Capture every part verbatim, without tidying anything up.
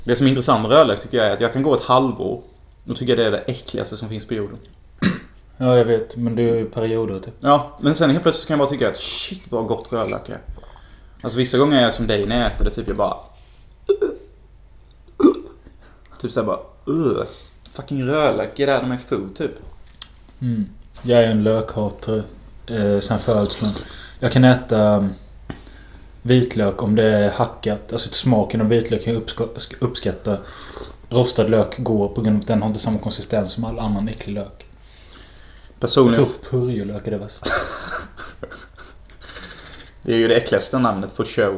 Det som är intressant med rödlök tycker jag är att jag kan gå ett halvår och tycker det är det äckligaste som finns på jorden. Ja, jag vet. Men det är ju perioder typ. Ja, men sen helt plötsligt kan jag bara tycka att shit vad gott rödlök är. Alltså vissa gånger är jag som dig när jag äter det typ jag bara... Typ såhär bara... Uh, fucking rödlök, get out of my food typ. Mm. Jag är en lökhatare eh, sen födseln. Jag kan äta um, vitlök om det är hackat. Alltså smaken av vitlök kan jag uppsk- uppskatta. Rostad lök går på grund av att den har inte samma konsistens som all annan äcklig lök. Personligen... Jag tror purjolök är det bästa. Det är ju det äckligaste namnet för show.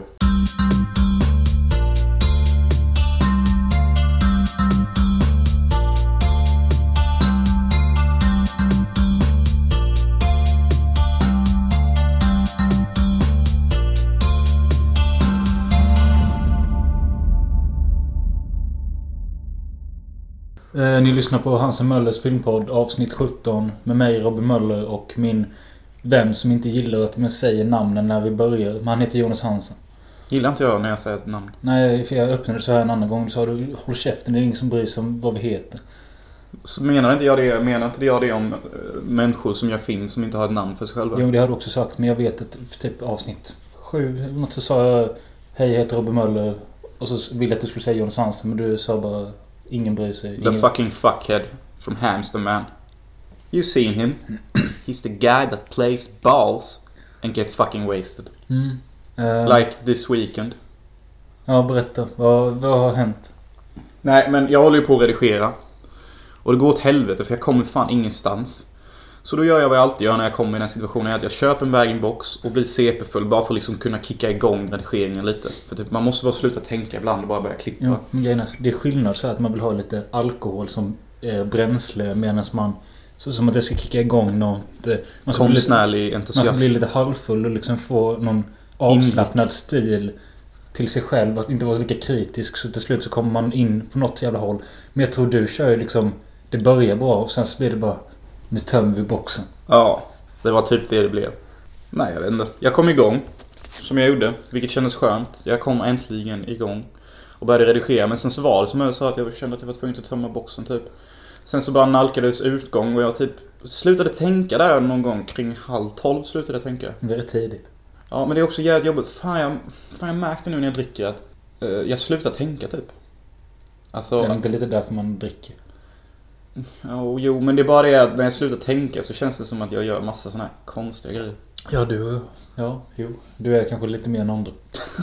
Eh, ni lyssnar på Hans och Möllers filmpodd avsnitt sjutton med mig Robin Möller och min vän som inte gillar att man säger namnen när vi börjar. Men han heter Jonas Hansen. Gillar inte jag när jag säger ett namn? Nej, för jag öppnade så här en annan gång och sa du håll käften, det är ingen som bryr sig om vad vi heter. Så menar inte jag det, menar inte jag det om äh, människor som gör film som inte har ett namn för sig själva? Jo, det har du också sagt, men jag vet att typ avsnitt sju eller något så sa jag hej, jag heter Robin Möller och så ville jag att du skulle säga Jonas Hansen, men du sa bara ingen bryr sig. Ingen... The fucking fuckhead from Hamster Man. You seen him? He's the guy that plays balls and gets fucking wasted. Mm. Uh, like this weekend. Ja, berätta. Vad, vad har hänt? Nej, men jag håller ju på att redigera. Och det går åt helvete för jag kommer fan ingenstans. Så då gör jag vad jag alltid gör när jag kommer i den här situationen. Att jag köper en bag-in-box och blir C P-full bara för att liksom kunna kicka igång redigeringen lite. För typ, man måste bara sluta tänka ibland och bara börja klippa. Ja, men grejen är, det är skillnad så att man vill ha lite alkohol som eh, bränsle medan man... Så som att det ska kicka igång något... Eh, man ska konstnärlig bli, entusiasm. Man ska bli lite halvfull och liksom få någon avslappnad stil till sig själv. Att inte vara lika kritisk. Så till slut så kommer man in på något jävla håll. Men jag tror du kör ju liksom... Det börjar bra och sen så blir det bara... Nu tömmer vi boxen. Ja, det var typ det det blev. Nej, jag vet inte. Jag kom igång. Som jag gjorde. Vilket kändes skönt. Jag kom äntligen igång. Och började redigera. Men sen så var det som jag sa att jag kände att jag var tvungen att tömma boxen typ. Sen så bara nalkades utgång. Och jag typ slutade tänka där någon gång. Kring halv tolv slutade jag tänka. Väldigt tidigt. Ja, men det är också jävligt jobbigt. Fan jag, fan, jag märkte nu när jag dricker att uh, jag slutar tänka typ. Alltså, det är inte lite därför man dricker. Oh, jo, men det är bara det att när jag slutar tänka så känns det som att jag gör massa såna här konstiga grejer. Ja, du... Ja, jo. Du är kanske lite mer än andra.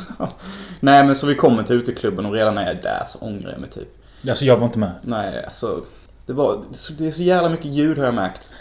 Nej, men så vi kommer till uteklubben och redan när jag är där så ångrar jag mig typ. Alltså, jag var inte med. Nej, alltså... Det, var, det är så jävla mycket ljud har jag märkt.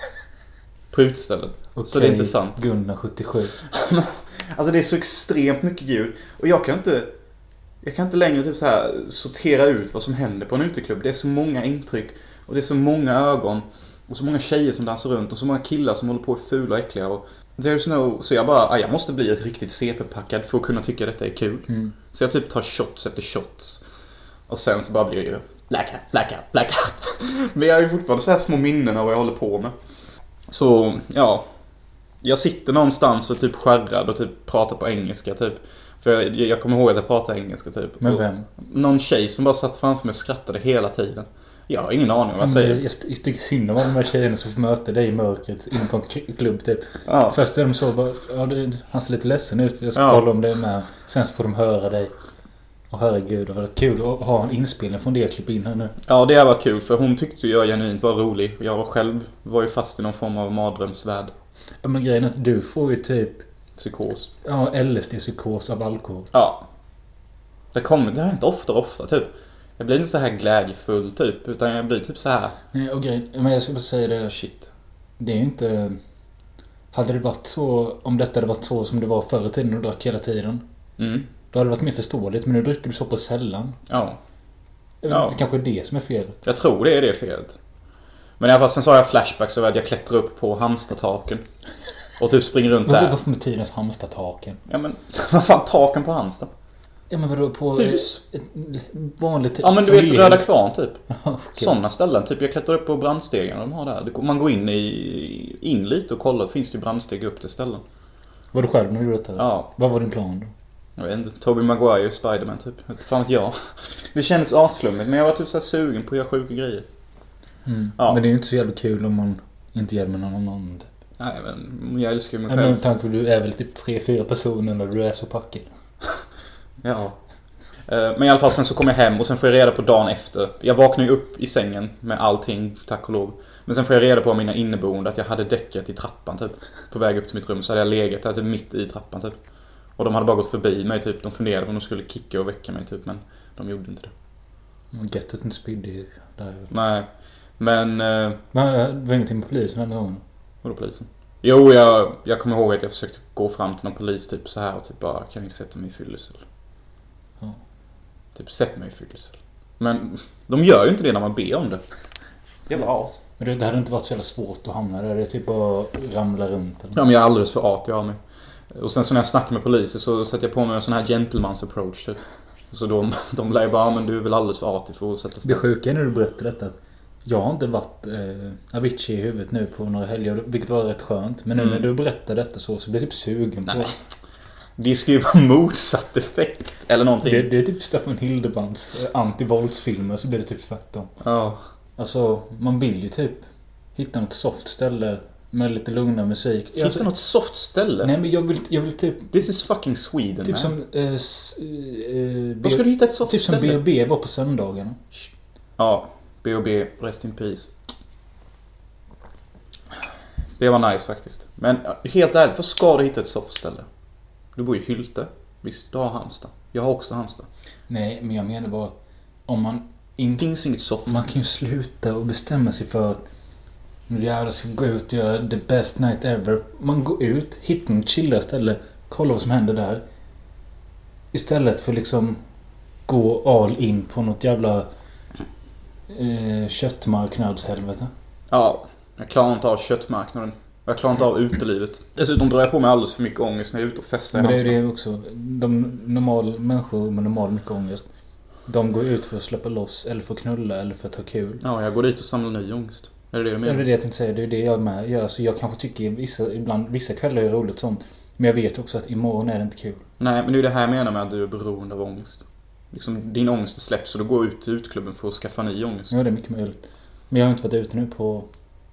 På utestället. Okej, så det är inte sant. Gunnar sjuttiosju. Alltså det är så extremt mycket ljud. Och jag kan inte... Jag kan inte längre typ så här sortera ut vad som händer på en uteklubb. Det är så många intryck. Och det är så många ögon. Och så många tjejer som dansar runt. Och så många killar som håller på i fula och äckliga. Och there's no... Så jag bara... Jag måste bli ett riktigt C P-packad för att kunna tycka detta är kul. Mm. Så jag typ tar shots efter shots. Och sen så bara blir det ju... Blackout, blackout, blackout. Men jag har ju fortfarande så här små minnen av vad jag håller på med. Så, ja. Jag sitter någonstans och typ skärrad och typ pratar på engelska typ. För jag, jag kommer ihåg att jag pratade engelska typ. Men vem? Någon tjej som bara satt framför mig och skrattade hela tiden. Jag har ingen aning om vad jag säger. Jag, jag tycker synd om de här tjejerna som får möta dig i mörkret inne på en klubb typ. Ja. Först är de så bara, ja, det, han ser lite ledsen ut. Jag ska Ja. kolla om det är med. Sen så får de höra dig. Och herregud, det var rätt kul att ha en inspelning från det jag klipper in här nu. Ja, det har varit kul för hon tyckte jag genuint var rolig. Jag var själv var ju fast i någon form av mardrömsvärld. Ja, men grejen är att du får ju typ... Psykos. Ja, L S D-psykos av alkohol. Ja. Det kommer, det har inte ofta ofta typ. Jag blir inte så här glädjefull typ. Utan jag blir typ så här. Nej, och grejen, men jag ska bara säga det. Shit. Det är ju inte... Hade det varit så... Om detta hade varit så som det var förr i tiden och du drack hela tiden. Mm. Då hade det varit mer förståeligt. Men nu dricker du så på sällan. Ja. Det är Ja. kanske det som är felet. Jag tror det är det felet. Men i alla fall sen så har jag flashbacks över att jag klättrar upp på hamstertaken. Och typ springer runt Vad där. varför med tidens hamstertaken? Ja men, vad fan, taken på Hamstad? Ja men vadå på... Hus? Ett vanligt... Ja men du vet Röda Kvarn typ. Okay. Sådana ställen. Typ jag klättrar upp på brandstegen de har där. Man går in i in lite och kollar. Finns det brandsteg upp till ställen? Var du själv när du gjorde detta? Ja. Vad var din plan då? Jag vet inte, Tobey Maguire Spider-Man typ. Jag vet fan att jag. Det kändes asflummigt, men jag var typ så här sugen på att göra sjuka grejer. Mm. Ja. Men det är ju inte så jävla kul om man inte gör det med någon annan. Nej, men jag älskar ju mig Nej, själv. men med tanke på att du är väl typ tre, fyra personer när du är så packad. Ja. Men i alla fall sen så kom jag hem och sen får jag reda på dagen efter. Jag vaknade ju upp i sängen med allting, tack och lov. Men sen får jag reda på av mina inneboende att jag hade däckat i trappan typ. På väg upp till mitt rum så hade jag legat där typ mitt i trappan typ. Och de hade bara gått förbi mig typ. De funderade om de skulle kicka och väcka mig typ. Men de gjorde inte det. Gött att inte spydde där. Nej. Men... Eh, men det var ingenting med polisen den gången. Vadå polisen? Jo, jag, jag kommer ihåg att jag försökte gå fram till någon polis typ så här och typ bara, kan vi sätta mig i fyllecell? Ja. Typ, sätt mig i fyllecell. Men de gör ju inte det när man ber om det. Jävla as. Men det, det hade inte varit så jävla svårt att hamna där. Det är typ bara ramla runt. Eller? Ja, men jag är alldeles för artig av mig. Och sen så när jag snackar med poliser så sätter jag på mig en sån här gentleman's approach typ. Så de, de lär ju bara, men du är väl alldeles för artig för att sätta sig. Det sjuka är när du berättar detta. Jag har inte varit eh, Avicii i huvudet nu på några helger, vilket var rätt skönt. Men nu mm. när du berättar detta så, så blir jag typ sugen på. Nej. Det ska ju vara motsatt effekt. Eller någonting. Det, det är typ Staffan Hildebrands eh, anti-våldsfilmer, så blir det typ tvärtom. Ja. Alltså, man vill ju typ hitta något soft ställe med lite lugnare musik. Hitta alltså, något soft ställe? Nej, men jag vill, jag vill typ... This is fucking Sweden, Typ man. som... Eh, s, eh, Vad ska du hitta ett soft typ ställe? Typ som B och B var på söndagen. Ja, B och B, rest in peace. Det var nice faktiskt. Men helt ärligt, vad ska du hitta ett soft ställe? Du bor i Hylte. Visst, du har Halmstad. Jag har också Halmstad. Nej, men jag menar bara att om man inte... Finns inget soft. Man kan ju sluta och bestämma sig för att nu jävlar ska gå ut och göra the best night ever. Man går ut, hittar en chilla ställe, kolla vad som händer där. Istället för liksom gå all in på något jävla eh, köttmarknadshelvete. Ja, jag klarar inte av köttmarknaden. Jag klarar inte av utelivet. Dessutom drar jag på mig alldeles för mycket ångest när jag är ute och festar i Men det är Halmstad. det också. De normal människor med normal mycket ångest, de går ut för att släppa loss eller för att knulla eller för att ha kul. Ja, jag går dit och samlar ny ångest. Är det det du menar? Ja, det är det jag tänkte säga. Det är det jag med gör. Så jag kanske tycker vissa, ibland, vissa kvällar är roligt sånt. Men jag vet också att imorgon är det inte kul. Nej, men det är det här jag menar med att du är beroende av ångest. Liksom, din ångest släpps och du går ut till utklubben för att skaffa ny ångest. Ja, det är mycket möjligt. Men jag har inte varit ute nu på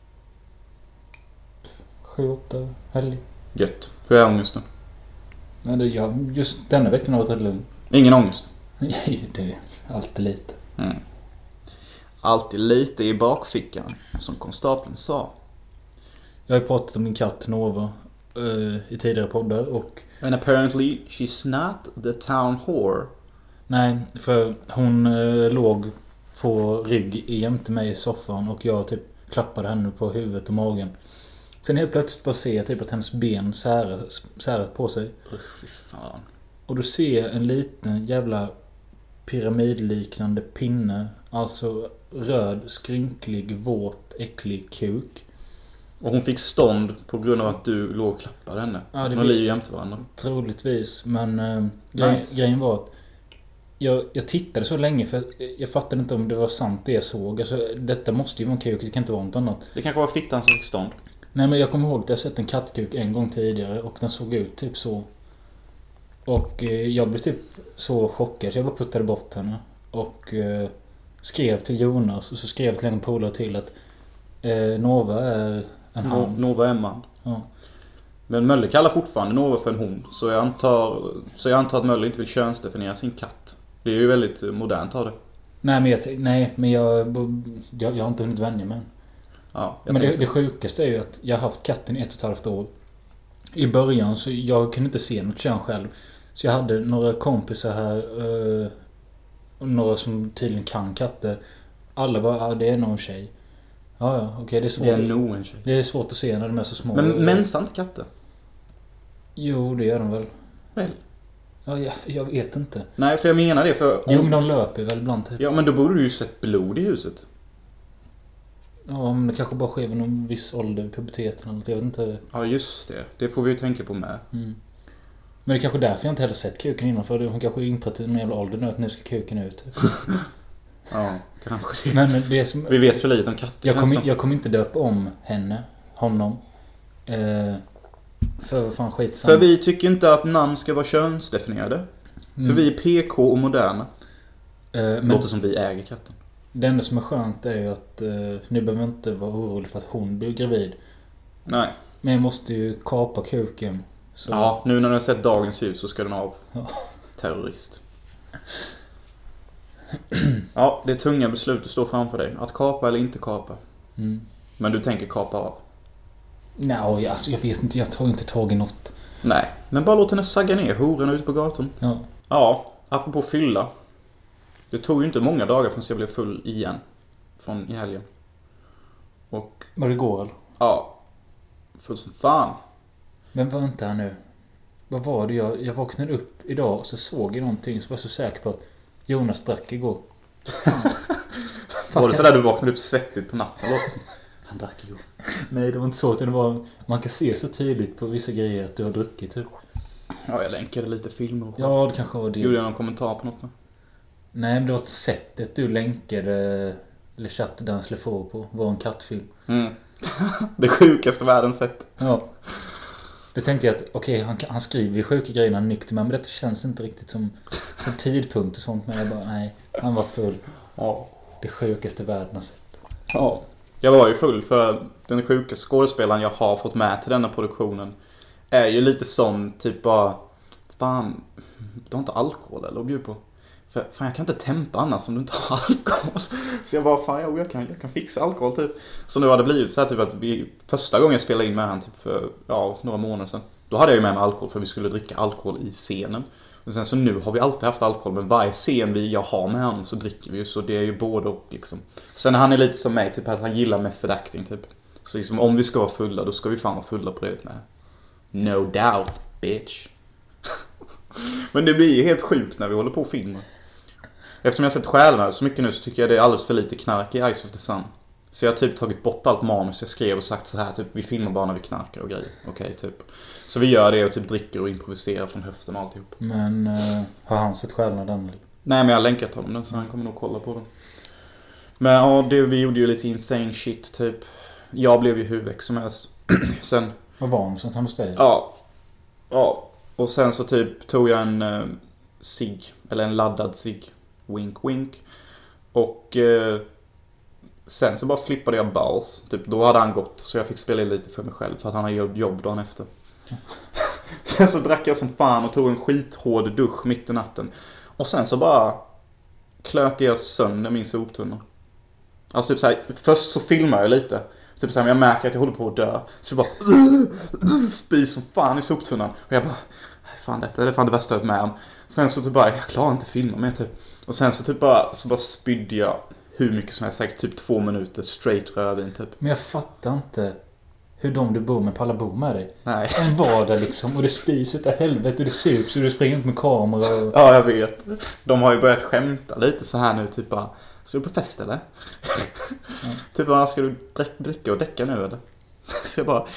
sju, åtta helg. Gött. Hur är ångesten? Nej, det, jag, just denna veckan har varit rätt lugn. Ingen ångest? Det är alltid lite. Mm. Alltid lite i bakfickan, som konstapeln sa. Jag har ju pratat om min katt Nova uh, i tidigare poddar och... And apparently she's not the town whore. Nej, för hon uh, låg på rygg jämte mig i soffan och jag typ klappade henne på huvudet och magen. Sen helt plötsligt bara ser jag typ att hennes ben särat, särat på sig. Usch, fy fan. Och då ser jag en liten jävla pyramidliknande pinne. Alltså röd, skrynklig, våt, äcklig kuk. Och hon fick stånd på grund av att du låg och klappade henne. Ja, det de blir- ligger ju jämte varandra. Troligtvis, men äh, grej, Nice. grejen var att jag, jag tittade så länge för jag fattade inte om det var sant det jag såg. Alltså, detta måste ju vara en kuk, det kan inte vara något annat. Det kanske var fittan som fick stånd. Nej, men jag kommer ihåg att jag sett en kattkuk en gång tidigare och den såg ut typ så. Och eh, jag blev typ så chockad så jag bara puttade bort henne. Och eh, skrev till Jonas och så skrev till en polare till att eh, Nova är en No- han. Nova är en man. Ja. Men Mölle kallar fortfarande Nova för en hon. Så jag antar, så jag antar att Mölle inte vill könsdefiniera sin katt. Det är ju väldigt modernt av det. Nej, men jag, nej, men jag, jag, jag har inte hunnit vänja mig än. Ja, jag Men det, tänkte- det sjukaste är ju att jag har haft katten i ett och ett halvt år. I början så jag kunde inte se något kön själv. Så jag hade några kompisar här. Eh, några som tydligen kan katter. Alla bara, ja, det är nog en tjej. Ja, ja, okej, det är svårt. Det är att- nog en tjej. det är svårt att se när de är så små. Men mensar inte katter? Jo, det gör de väl. Väl? Ja, jag, jag vet inte. Nej, för jag menar det för... Jo, men de löper väl ibland typ. Ja, men då borde du ju sett blod i huset. Ja, men det kanske bara sker vid någon viss ålder, puberteten eller något. Jag vet inte. Ja, just det. Det får vi ju tänka på med. Mm. Men det är kanske därför jag inte heller sett kuken innan. För hon kanske inte till en jävla ålder nu att nu ska kuken ut. Ja, kanske det. Men det som... Vi vet för lite om katter. Jag känns kommer som. jag kommer inte döpa om henne, honom. Eh, För vad fan skitsamt. För vi tycker inte att namn ska vara könsdefinierade. Mm. För vi är P K och moderna. Uh, men låter som vi äger katten. Det enda som är skönt är ju att uh, nu behöver inte vara orolig för att hon blir gravid. Nej. Men jag måste ju kapa kuken. Så... Ja, nu när du har sett dagens ljus så ska den av. Ja. Terrorist. Ja, det är tunga beslut att stå framför dig. Att kapa eller inte kapa. Mm. Men du tänker kapa av? Nej, alltså jag vet inte. Jag tar inte tag i något. Nej, men bara låt henne sagga ner hororna ute på gatan. Ja. Ja, apropå fylla. Det tog ju inte många dagar förrän jag blev full igen. Från i helgen. Och... Var det går eller? Ja. Full som fan. Men vänta här nu. Vad var det jag... Jag vaknade upp idag och så såg jag någonting som var så säker på att Jonas drack igår. Var det sådär du vaknade upp svettigt på natten? Han drack igår. Nej, det var inte så. Det var, man kan se så tydligt på vissa grejer att du har druckit typ. Ja, jag länkade lite filmer och ja, det kanske var det. Gjorde jag någon kommentar på något nu? Nej, men det var ett sättet du länkade Le Chat dans le faux på. Var en kattfilm. Mm. Det sjukaste världen sett. Ja. Då tänkte jag att okej, okay, han, han skriver ju sjuka grejerna nykter, men det känns inte riktigt som, som tidpunkt och sånt. Men jag bara, nej, han var full. Ja. Det sjukaste världen har sett. Ja. Jag var ju full för den sjukaste skådespelaren jag har fått med till denna produktionen är ju lite som typ bara, fan, du har inte alkohol eller att bjuda på? För fan, jag kan inte tempa annars om du inte har alkohol. Så jag bara, fan, jag, jag, kan, jag kan fixa alkohol typ. Så nu har det blivit så här typ att vi, första gången jag spelade in med han typ för ja, några månader sedan. Då hade jag ju med mig alkohol för vi skulle dricka alkohol i scenen. Och sen så nu har vi alltid haft alkohol, men varje scen vi jag har med honom så dricker vi ju. Så det är ju både och liksom. Sen han är lite som mig, typ att han gillar method acting typ. Så liksom om vi ska vara fulla, då ska vi fan vara fulla på det med. No doubt, bitch. Men det blir ju helt sjukt när vi håller på och filmar. Eftersom jag har sett Själarna så mycket nu så tycker jag det är alldeles för lite knark i Eyes of the Sun. Så jag har typ tagit bort allt manus jag skrev och sagt så här typ, vi filmar bara när vi knarkar och grejer. Okej, okay, typ. Så vi gör det och typ dricker och improviserar från höften och alltihop. Men uh, har han sett Själarna den? Eller? Nej, men jag har länkat honom den så han kommer nog kolla på den. Men ja, det, vi gjorde ju lite insane shit typ. Jag blev ju huvudväck som helst. Sen... Vad var han som hos dig? Ja. Ja. Och sen så typ tog jag en uh, cigg. Eller en laddad cigg. Wink, wink. Och eh, sen så bara flippade jag balls. Typ, då hade han gått. Så jag fick spela lite för mig själv. För att han har jobb, jobb dagen efter. Sen så drack jag som fan och tog en skithård dusch mitt i natten. Och sen så bara klökade jag sönder min soptunna. Alltså typ så här, först så filmar jag lite. Typ så här, men jag märker att jag håller på att dö. Så jag bara spy som fan i soptunnan. Och jag bara, fan detta är det fan det värsta jag varit med om. Sen så typ bara, jag klarar inte filma mer typ. Och sen så typ bara, så bara spydde jag hur mycket som jag säkert typ två minuter straight rödvin typ. Men jag fattar inte hur de du bor med pallar bo med dig. Nej. En vardag liksom, och det spys utav helvete och det sups och du springer ut med kamera och... Ja, jag vet. De har ju börjat skämta lite så här nu typ bara, ska du på fest eller? Ja. Typ bara, ska du dricka och däcka nu eller? Så jag bara,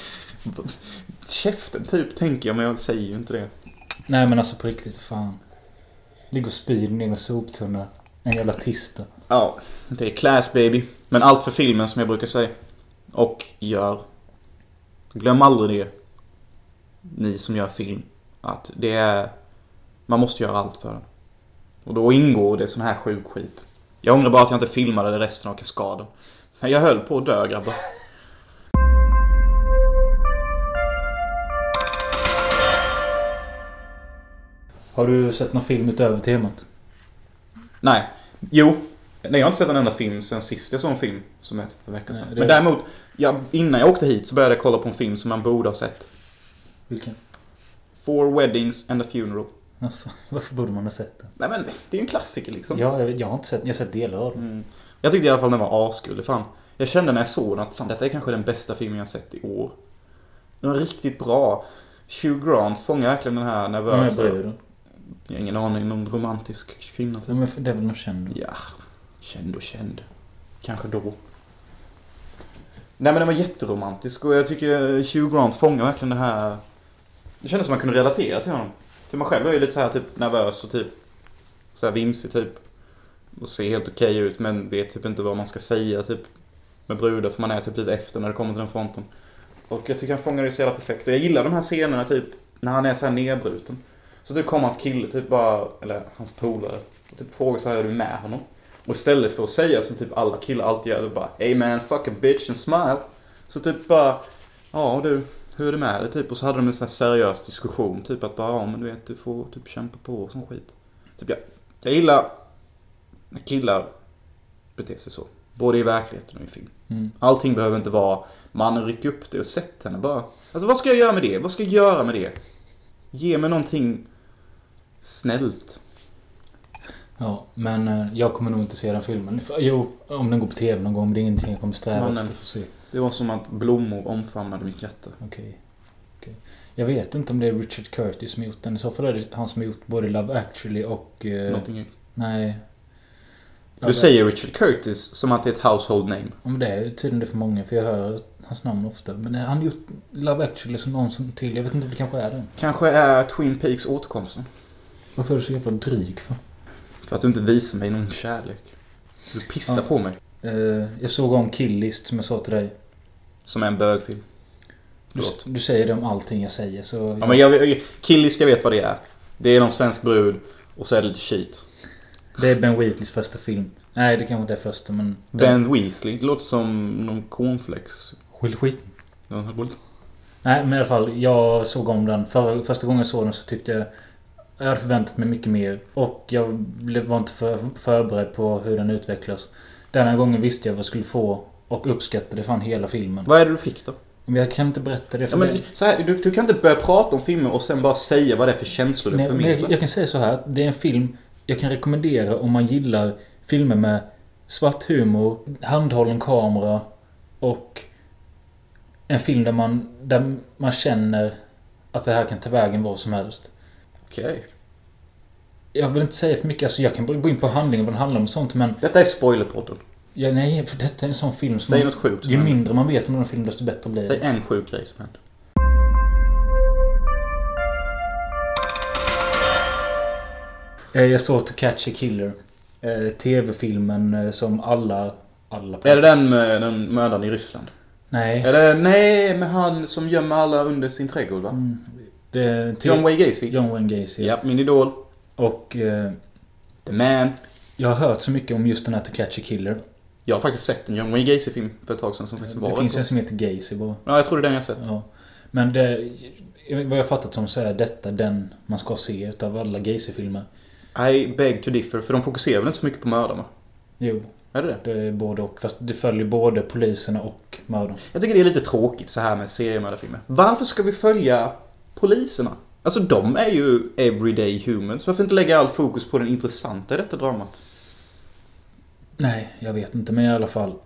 käften typ tänker jag, men jag säger ju inte det. Nej men alltså på riktigt, fan. Ligger och spyr ner med soptunna. En jävla tista. Ja, det är class baby. Men allt för filmen som jag brukar säga. Och gör. Glöm aldrig det. Ni som gör film. Att det är... Man måste göra allt för den. Och då ingår det sån här sjuk skit. Jag ångrar bara att jag inte filmade det resten av kaskaden. Men jag höll på att dö, grabbar. Har du sett någon film utöver temat? Nej. Jo. Nej, jag har inte sett en enda film sen sist jag såg en film som heter för veckan sedan. Nej, det... Men däremot, jag, innan jag åkte hit så började jag kolla på en film som man borde ha sett. Vilken? Four Weddings and a Funeral. Alltså, varför borde man ha sett den? Nej men, det är ju en klassiker liksom. Ja, jag, jag har inte sett, jag har sett delar av den. Mm. Jag tyckte i alla fall den var askull. Fan. Jag kände när jag såg den att fan, detta är kanske den bästa filmen jag sett i år. Den var riktigt bra. Hugh Grant fångar verkligen den här nervösa... Men jag jag har ingen aning, någon romantisk kvinna typ. Ja, men det är väl någon känd? Ja, känd och känd. Kanske då. Nej men den var jätteromantisk och jag tycker Hugh Grant fångar verkligen det här. Det kändes som man kunde relatera till honom. För man själv är ju lite så här typ nervös och typ så här vimsig typ. Och ser helt okej ut men vet typ inte vad man ska säga typ med brudar för man är typ lite efter när det kommer till den fronten. Och jag tycker han fångar det så jävla perfekt. Och jag gillar de här scenerna typ när han är så här nedbruten. Så typ kommer hans kille typ bara, eller hans polare, och typ frågar så här, är du med honom? Och istället för att säga som typ alla killar alltid gör, bara hey man, fuck a bitch and smile. Så typ bara, ja du, hur är det med det typ? Och så hade de en sån här seriös diskussion. Typ att bara, ja men du vet, du får typ kämpa på och sån skit. Typ jag, jag gillar när killar beter sig så. Både i verkligheten och i film. Mm. Allting behöver inte vara, mannen rycker upp det och sätt henne bara. Alltså vad ska jag göra med det? Vad ska jag göra med det? Ge mig någonting snällt. Ja, men eh, jag kommer nog inte se den filmen. Jo, om den går på tv någon gång, men det är ingenting jag kommer sträva Mannen, efter för att se. det var som att blommor omfamnade mitt hjärta. Okej. Okej. Jag vet inte om det är Richard Curtis som gjort den. I så fall är det han som gjort både Love Actually och... Eh, Någonting. nej. Du säger Richard Curtis som att det är ett household name. Ja, men det är tydligen det för många, för jag hör hans namn ofta. Men han har gjort Love Actually som någon som till. Jag vet inte om det kanske är det. Kanske är Twin Peaks återkomsten. Varför är du så jävla dryg för? För att du inte visar mig någon kärlek. Du pissar Ja. på mig. Eh, jag såg om Kill List som jag sa till dig. Som är en bögfilm. Du, Förlåt. du säger det om allting jag säger, så... Ja, men jag, Killist, jag vet vad det är. Det är någon svensk brud och så är det lite shit. Det är Ben Wheatleys första film. Nej, det kanske inte är första, men... Ben Weasley, det låter som någon cornflakes. Skit, skit. Ja, Nej, men i alla fall, jag såg om den. För, första gången jag såg den så tyckte jag... Jag hade förväntat mig mycket mer. Och jag blev, var inte för, förberedd på hur den utvecklas. Den här gången visste jag vad jag skulle få. Och uppskattade fan hela filmen. Vad är det du fick då? Men jag kan inte berätta det för Ja, men, det. så här, du, du kan inte börja prata om filmer och sen bara säga vad det är för känslor du Nej, men förmedlar. jag, jag kan säga så här. Det är en film jag kan rekommendera om man gillar filmer med svart humor, handhållen kamera och en film där man, där man känner att det här kan ta vägen vad som helst. Okej. Okay. Jag vill inte säga för mycket. Alltså jag kan bara gå in på handlingen, vad den handlar om och sånt, men... Detta är spoilerpodden. Ja, nej, för detta är en sån film som... Säg något sjukt. Ju mindre man vet om den film, desto bättre blir det. Säg en sjuk grej som händer. Jag såg To Catch a Killer. Tv-filmen som alla... alla Är det den med den mördaren i Ryssland? Nej. Är det, nej, med han som gömmer alla under sin trädgård, va? Mm, det, John Wayne Gacy. John Wayne Gacy. Ja, min idol. Och... Eh, The Man. jag har hört så mycket om just den här To Catch a Killer. Jag har faktiskt sett en John Wayne Gacy-film för ett tag sedan som faktiskt var det rätt finns bra. en som heter Gacy bara. Ja, jag tror det är den jag har sett. Ja. Men det, vad jag fattat som så är detta den man ska se utav alla Gacy-filmer. I beg to differ, för de fokuserar väl inte så mycket på mördarna? Jo. Är det det? Det är både och. Fast det följer både poliserna och mördaren. Jag tycker det är lite tråkigt så här med seriemördarfilmer. Varför ska vi följa poliserna? Alltså de är ju everyday humans. Varför inte lägga all fokus på den intressanta i detta dramat? Nej, jag vet inte. Men i alla fall.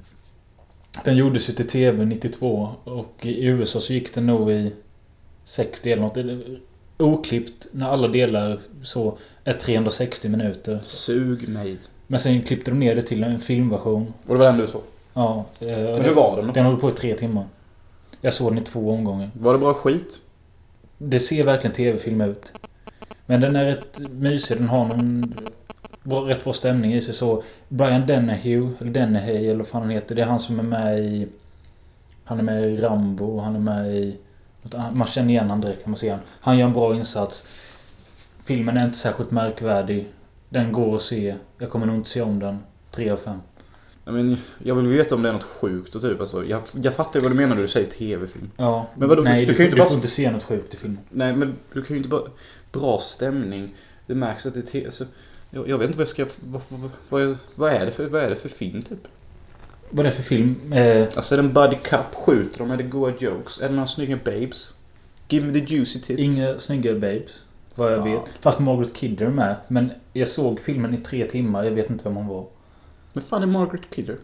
Den gjordes ju till tv nittiotvå. Och i U S A så gick den nog i sextio eller något. Oklippt när alla delar så är trehundrasextio minuter. Sug mig. Men sen klippte de ner det till en filmversion. Och det var den du såg? Ja. Men hur var den då? Den håller på i tre timmar. Jag såg den i två omgångar. Var det bra skit? Det ser verkligen tv-film ut. Men den är rätt mysig. Den har någon rätt bra stämning i sig. Så Brian Dennehy, eller Dennehy eller vad fan han heter. Det är han som är med i... Han är med i Rambo. Han är med i... Man känner igen han direkt när man ser han. Han gör en bra insats. Filmen är inte särskilt märkvärdig. Den går att se. Jag kommer nog inte se om den. Tre av fem. Jag, men, jag vill veta om det är något sjukt och typ. Alltså, jag, jag fattar ju vad du menar när du säger tv-film. Ja, men vadå, nej, du, du, du, kan ju inte du bara... får inte se något sjukt i filmen. Nej, men du kan ju inte bara... Bra stämning. Det märks att det är tv... Alltså, jag, jag vet inte vad jag ska... Vad, vad, vad, vad, är det för, vad är det för film typ? Vad är det för film? Eh... Alltså är det en buddy cup? Skjuter de? Är det goa jokes? Är det några snygga babes? Give me the juicy tits. Inga snygga babes. Vad jag Fan. vet. Fast Margaret Kidder är med. Men jag såg filmen i tre timmar. Jag vet inte vem hon var. Men fan är Margaret Kidder?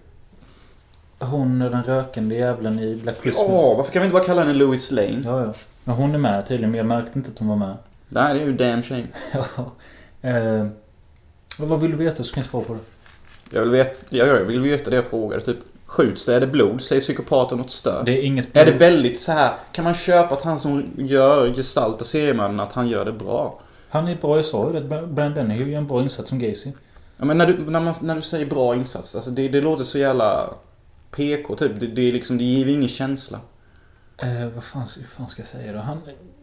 Hon är den rökande jävlen i Black Christmas. Åh, varför kan vi inte bara kalla henne Louis Lane? Ja, ja. Men hon är med tydligen. Men jag märkte inte att hon var med. Nej, det är ju damn shame. Ja. eh... Vad vill du veta så kan jag svara på det. Jag vill veta, ja, jag vill veta det jag frågade. Typ, skjuts det? Är det blod? Säger psykopaten något stört? Det är inget Är det väldigt så här? Kan man köpa att han som gör gestaltar seriemannen att han gör det bra? Han är bra, jag sa ju det. Brian Dennehy gör en bra insats som Gacy. Ja, men när du, när, man, när du säger bra insats, alltså det, det låter så jävla P K typ. Det, det är liksom, det ger ingen känsla. Eh, vad fan, hur fan ska jag säga då? Han...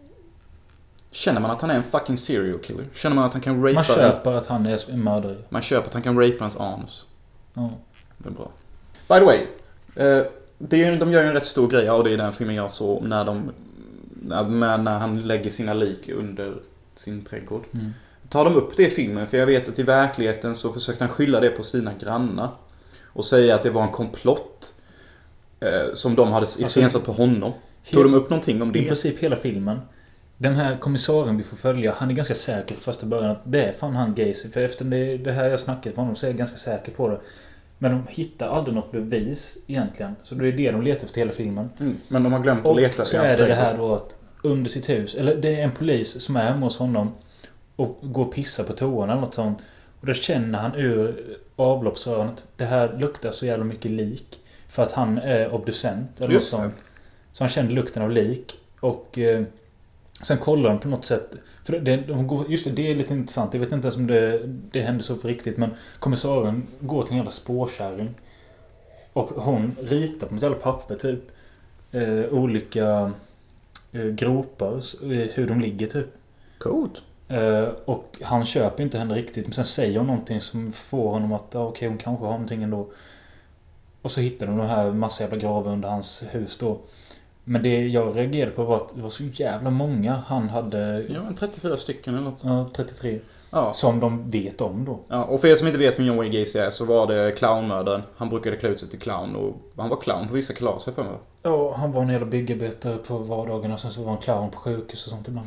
Känner man att han är en fucking serial killer? Känner man att han kan rapea... Man köper att han är en mördare. Man köper att han kan rapea hans anus. Ja. Det är bra. By the way. Eh, det är, de gör ju en rätt stor grej av det i den filmen jag såg. När de... När, när han lägger sina lik under sin trädgård. Mm. Tar de upp det i filmen? För jag vet att i verkligheten så försökte han skylla det på sina grannar. Och säga att det var en komplott. Eh, som de hade iscensatt på honom. Tog de upp någonting om det? I princip hela filmen. Den här kommissarien vi får följa, han är ganska säker för första början att det är fan han Gacy. För efter det, det här jag snackat med honom så är jag ganska säker på det. Men de hittar aldrig något bevis egentligen. Så det är det de letar efter hela filmen. Mm, men de har glömt och att leta. Och så är det det här då att under sitt hus, eller det är en polis som är hemma hos honom och går och pissar på toan eller något sånt. Och då känner han ur avloppsröret, det här luktar så jävla mycket lik. För att han är obducent eller något sånt. Så han kände lukten av lik. Och eh, sen kollar de på något sätt. För det, de går, just det, det är lite intressant. Jag vet inte ens om det, det händer så på riktigt. Men kommissarien går till en jävla spårkärring. Och hon ritar på något jävla papper typ. Eh, olika eh, gropar. Eh, hur de ligger typ. Coolt. Eh, och han köper inte henne riktigt. Men sen säger hon någonting som får honom att ah, okej, okay, hon kanske har någonting ändå. Och så hittar de de här massa jävla gravar under hans hus då. Men det jag reagerade på var att det var så jävla många han hade... Ja, men trettiofyra stycken eller något. Ja, trettiotre. Ja. Som de vet om då. Ja, och för er som inte vet vem John Wayne Gacy är så var det clownmördaren. Han brukade klä ut sig till clown och han var clown på vissa kalaser för mig. Ja, han var en jävla byggarbetare på vardagen och sen så var han clown på sjukhus och sånt ibland.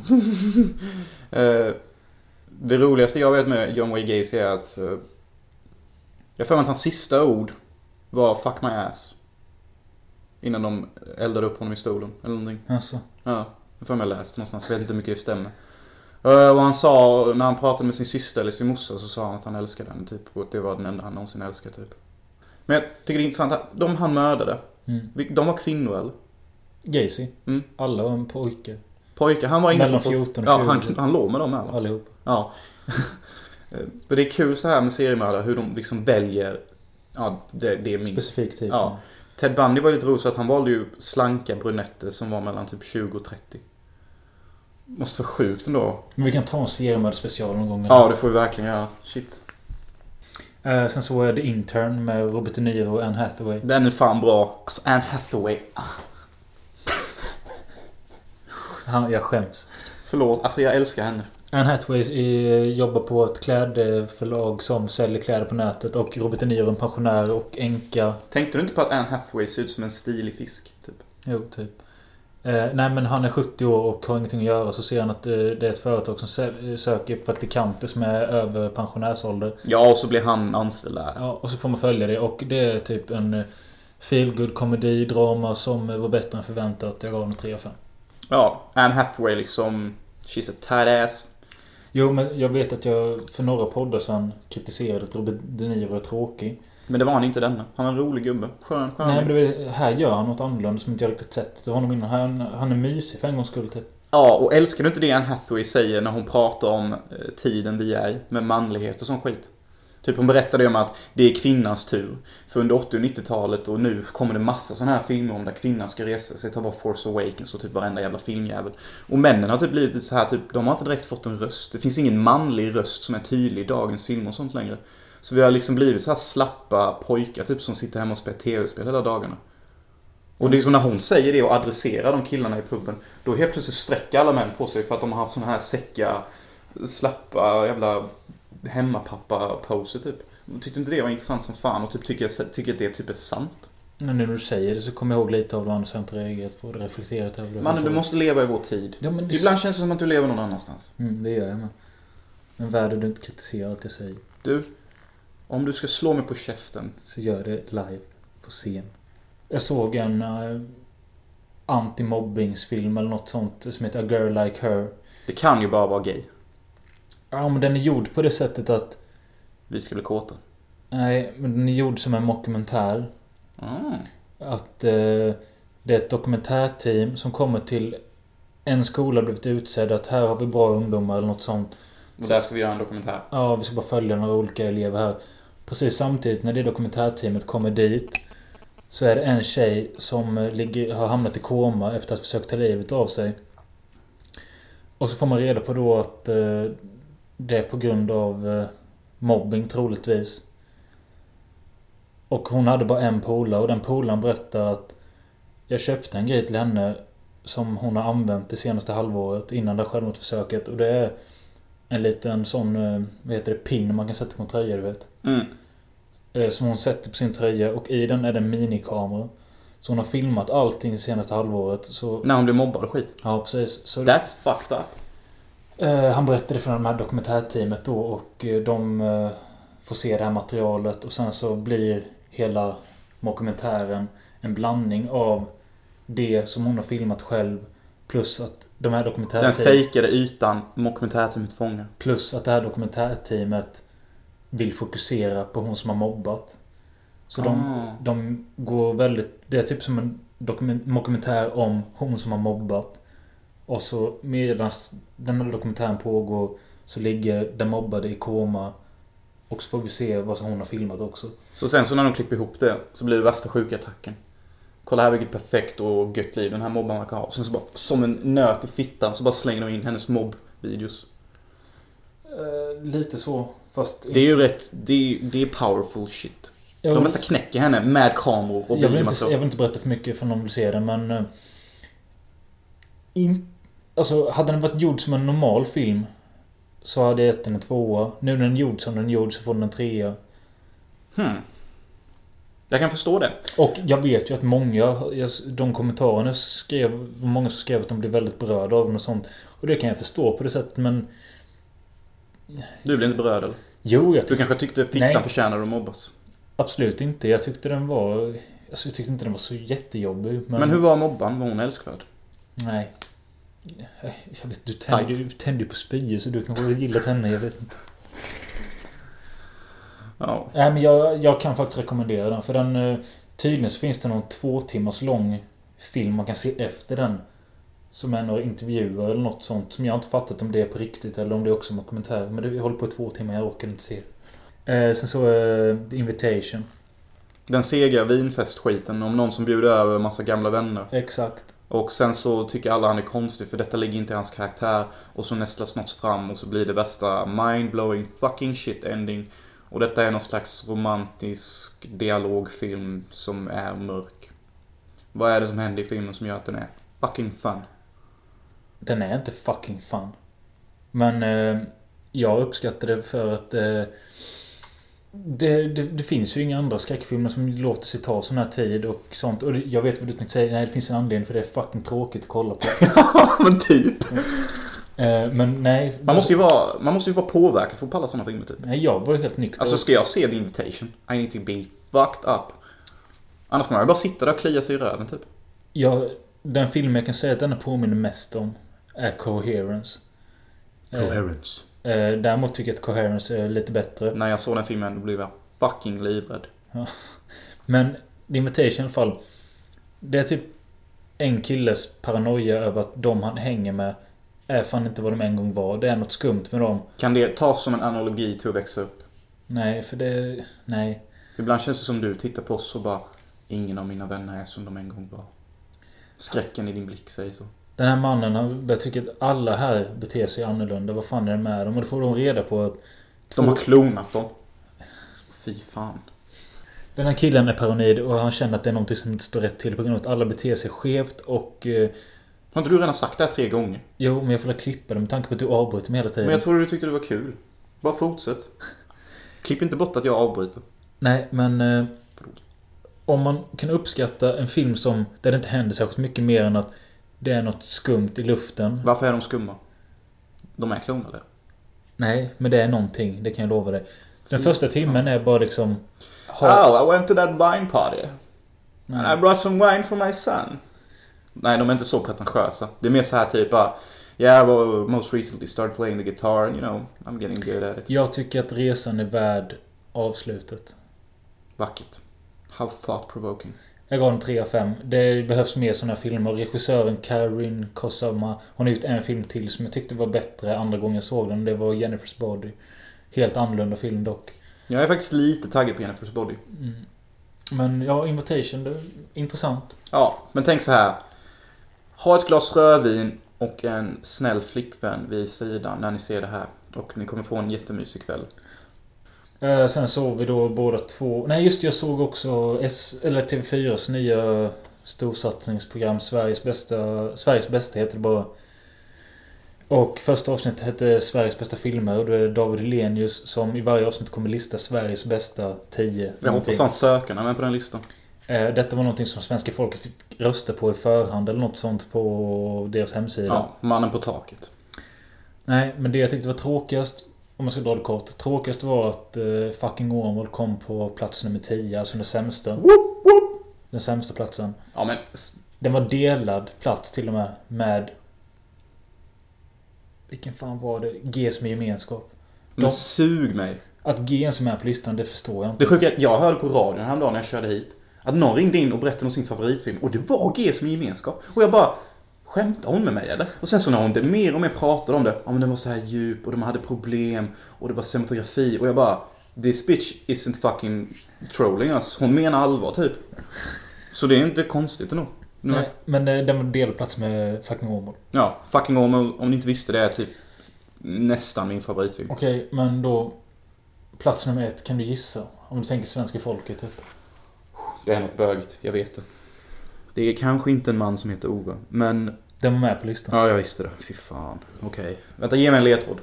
eh, det roligaste jag vet med John Wayne Gacy är att... Eh, jag får att hans sista ord var fuck my ass. Innan de eldade upp honom i stolen eller någonting. Alltså. Ja, jag får mig läst någonstans. Jag vet inte hur mycket det stämmer. Uh, och han sa, när han pratade med sin syster eller sin morsa så sa han att han älskade henne typ. Och att det var den enda han någonsin älskade typ. Men jag tycker det är intressant att de han mördade. Mm. De var kvinnor eller? Gacy. Mm. Alla var en pojke. Pojke, han var inne mellan på... fjorton och ja, tjugo. han, han låg med dem eller? Allihop. Ja. För det är kul så här med seriemördare hur de liksom väljer... Ja, det, det är min... Specifikt typ. Ja. Ted Bundy var lite roligt så att han valde ju slanka brunetter som var mellan typ tjugo och trettio. Måste vara sjukt ändå. Men vi kan ta en seriemördare special någon gång. Ja, det får vi verkligen göra. Shit. Uh, sen så är det Intern med Robert De Niro och Anne Hathaway. Den är fan bra. Alltså Anne Hathaway. Ah. Han, jag skäms. Förlåt, alltså jag älskar henne. Anne Hathaway är, jobbar på ett klädförlag som säljer kläder på nätet. Och Robert De Niro är en pensionär och änka. Tänkte du inte på att Anne Hathaway ser ut som en stilig fisk? Typ? Jo, typ. Eh, nej, men han är sjuttio år och har ingenting att göra. Så ser han att eh, det är ett företag som sö- söker praktikanter som är över pensionärsålder. Ja, och så blir han anställd där. Ja, och så får man följa det. Och det är typ en feelgood komedi, drama som var bättre än förväntat. Jag gav den tre av fem. Ja, Anne Hathaway liksom... She's a tight ass. Jo, men jag vet att jag för några poddar sedan kritiserade att Robert De Niro är tråkig. Men det var han inte denna. Han är en rolig gubbe. Skön, skön. Nej, men det, här gör han något annorlunda som inte jag riktigt sett. Honom innan. Han, han är mysig för en gångs skull typ. Ja, och älskar du inte det Anne Hathaway säger när hon pratar om eh, tiden vi är med manlighet och sån skit? Typ hon berättade om att det är kvinnans tur. För under åttio- och nittiotalet och nu kommer det massa sådana här filmer om där kvinnan ska resa sig. Ta bara Force Awakens och typ varenda jävla filmjävel. Och männen har typ blivit så här typ, de har inte direkt fått en röst. Det finns ingen manlig röst som är tydlig i dagens filmer och sånt längre. Så vi har liksom blivit så här slappa pojkar typ som sitter hemma och spelar tv-spel hela dagarna. Och det är som när hon säger det och adresserar de killarna i puben. Då helt plötsligt sträcker alla män på sig för att de har haft såna här säcka, slappa jävla hemmapappa-poser typ. Tyckte inte det var intressant som fan och typ tycker, tycker att det typ är sant. Men nu när du säger det så kommer jag ihåg lite av det andra som jag inte reagerat på. Det reflekterat över det. Mannen, du måste leva i vår tid. Ja, men det... Ibland känns det som att du lever någon annanstans. Mm, det gör jag med. En värld du inte kritiserar allt jag säger. Du, om du ska slå mig på käften så gör det live på scen. Jag såg en uh, anti-mobbingsfilm eller något sånt som heter A Girl Like Her. Det kan ju bara vara gay. Ja, men den är gjord på det sättet att... Vi skulle kåta. Nej, men den är gjord som en mockumentär. Mm. Att uh, det är ett dokumentärteam som kommer till en skola blivit utsedd att här har vi bra ungdomar eller något sånt. Och där ska vi göra en dokumentär. Ja, vi ska bara följa några olika elever här. Precis samtidigt när det dokumentärteamet kommer dit så är det en tjej som ligger, har hamnat i koma efter att försöka ta livet av sig. Och så får man reda på då att eh, det är på grund av eh, mobbing troligtvis. Och hon hade bara en polare och den polaren berättar att jag köpte en grej till henne som hon har använt det senaste halvåret innan det självmordsförsöket. Och det är en liten sån, eh, vad heter det, pin man kan sätta på en tröja, du vet. Mm. Eh, som hon sätter på sin tröja och i den är det en minikamera. Så hon har filmat allting det senaste halvåret. Så... När hon blir mobbad och skit. Ja, precis. Så That's fucked up. eh, han berättade för de här dokumentärteamet då och eh, de eh, får se det här materialet och sen så blir hela dokumentären en blandning av det som hon har filmat själv plus att de här dokumentärteamet... Den fejkade ytan dokumentärteamet fångar. Plus att det här dokumentärteamet vill fokusera på hon som har mobbat. Så Ah. de, de går väldigt... Det är typ som en dokument, dokumentär om hon som har mobbat. Och så medan den här dokumentären pågår så ligger den mobbade i koma. Och så får vi se vad som hon har filmat också. Så sen så när de klipper ihop det så blir det värsta sjukattacken. Kolla här vilket perfekt och gött liv den här mobban kan ha. Och sen så bara som en nöt i fittan så bara slänger de in hennes mobbvideos. Eh, lite så. Fast... Det är ju rätt, det är, det är powerful shit. Jag De vill, nästan knäcker henne med kameror och jag, vill inte, videomaterial. jag vill inte berätta för mycket för någon vill se det, men... eh, In, alltså, hade den varit gjord som en normal film så hade jag gett den en tvåa. Nu när den är gjord som den är gjord så får den en trea. Hmm. Jag kan förstå det. Och jag vet ju att många, jag, de kommentarerna skrev, många som skrev att de blev väldigt berörda av den och sånt. Och det kan jag förstå på det sättet, men... Du blir inte berörd eller? Jo, jag Du tyckte... kanske tyckte fittan Nej. förtjänar att mobbas. Absolut inte. Jag tyckte den var... Alltså, jag tyckte inte den var så jättejobbig. Men, Men hur var mobban? Var hon älskvärd? Nej. Jag vet, du tänder ju tänder på spyor så du kanske gillat henne, jag vet inte. Ja. Nej, men jag, jag kan faktiskt rekommendera den. För den, eh, tydligen så finns det någon två timmars lång film man kan se efter den. Som är några intervjuer eller något sånt. Som jag inte fattat om det är på riktigt eller om det är också en dokumentär. Men det håller på i två timmar, jag orkar inte se det. Eh, sen så eh, The Invitation. Den sega vinfestskiten om någon som bjuder över en massa gamla vänner. Exakt. Och sen så tycker alla han är konstig för detta ligger inte i hans karaktär. Och så nästlas något fram och så blir det bästa mind-blowing fucking shit ending. Och detta är någon slags romantisk dialogfilm som är mörk. Vad är det som händer i filmen som gör att den är fucking fun? Den är inte fucking fun. Men eh, jag uppskattar det för att eh, det, det, det finns ju inga andra skräckfilmer som låter sig ta sån här tid och sånt. Och jag vet vad du tänkte säga. Nej, det finns en anledning för det är fucking tråkigt att kolla på. Men typ. Eh, men nej. Man måste ju vara, man måste ju vara påverkad för att palla såna filmer typ. Nej, jag var ju helt nykter. Alltså ska jag se The Invitation? I need to be fucked up. Annars kommer jag bara sitta där och klia sig i röven typ. Ja, den film jag kan säga att den påminner mest om är Coherence. Coherence. Eh, eh, däremot tycker jag att Coherence är lite bättre. När jag såg den filmen då blev jag fucking livrädd. Ja. Men The Invitation i alla fall. Det är typ en killes paranoia över att de han hänger med är fan inte vad de en gång var. Det är något skumt med dem. Kan det tas som en analogi till att växa upp? Nej, för det... Nej. Ibland känns det som du tittar på oss och bara ingen av mina vänner är som de en gång var. Skräcken i din blick säger så. Den här mannen har börjat tycka att alla här beter sig annorlunda. Vad fan är det med dem? Och då får de reda på att... Två... De har klonat dem. Fy fan. Den här killen är paranoid och han känner att det är något som inte står rätt till på grund av att alla beter sig skevt och... Eh... Har inte du redan sagt det här tre gånger? Jo, men jag får klippa det med tanke på att du avbryter mig hela tiden. Men jag trodde du tyckte det var kul. Bara fortsätt. Klipp inte bort att jag avbryter. Nej, men... Eh... Om man kan uppskatta en film som... Där det inte händer särskilt mycket mer än att det är något skumt i luften. Varför är de skumma? De är klonade. Nej, men det är någonting. Det kan jag lova dig. Den Fy första timmen är bara liksom... Ha... Oh, I went to that wine party. Mm. And I brought some wine for my son. Nej, de är inte så pretentiösa. Det är mer så här typ bara... Yeah, well, most recently started playing the guitar and you know, I'm getting good at it. Jag tycker att resan är värd avslutet. Vackert. How thought-provoking. Jag gav den tre av fem. Det behövs mer sådana filmer. Regissören Karin Kosama, hon har gjort en film till som jag tyckte var bättre andra gången jag såg den. Det var Jennifer's Body. Helt annorlunda film dock. Jag är faktiskt lite taggad på Jennifer's Body. Mm. Men ja, Invitation, det är intressant. Ja, men tänk så här. Ha ett glas rödvin och en snäll flickvän vid sidan när ni ser det här. Och ni kommer få en jättemysig kväll. Eh, sen såg vi då båda två... Nej, just det, jag såg också S, eller T V fyras nya storsatsningsprogram Sveriges bästa... Sveriges bästa heter det bara. Och första avsnittet hette Sveriges bästa filmer. Och det är David Hellenius som i varje avsnitt kommer lista Sveriges bästa tio. Jag hoppas fan sökarna med på den listan. Eh, detta var någonting som svenska folket fick rösta på i förhand eller något sånt på deras hemsida. Ja, mannen på taket. Nej, men det jag tyckte var tråkigast, om man ska dra det kort, tråkigast var att eh, fucking Åmål kom på plats nummer tio, alltså den sämsta. Woop, woop. Den sämsta platsen. Ja, men... Den var delad plats till och med med... Vilken fan var det? G som är gemenskap. Men De, sug mig. att G som är på listan, det förstår jag inte. Det sjuka är att jag hörde på radion häromdagen när jag körde hit. Att någon ringde in och berättade om sin favoritfilm. Och det var G som är gemenskap. Och jag bara... Skämtar hon med mig eller? Och sen så när hon det mer och mer pratade om det. Ja, men den var så här djup och de hade problem. Och det var cinematografi. Och jag bara... This bitch isn't fucking trolling us. Hon menar allvar typ. Så det är inte konstigt ändå. Nej, men eh, den var delad plats med fucking Åmål. Ja, fucking Åmål. Om ni inte visste det är typ nästan min favoritfilm. Okej, men då... Plats nummer ett, kan du gissa? Om du tänker svenska folket typ. Det är något bögigt, jag vet det. Det är kanske inte en man som heter Ove, men... Den var med på listan. Ja, jag visste det. Fy fan. Okej. Okay. Vänta, ge mig en ledtråd.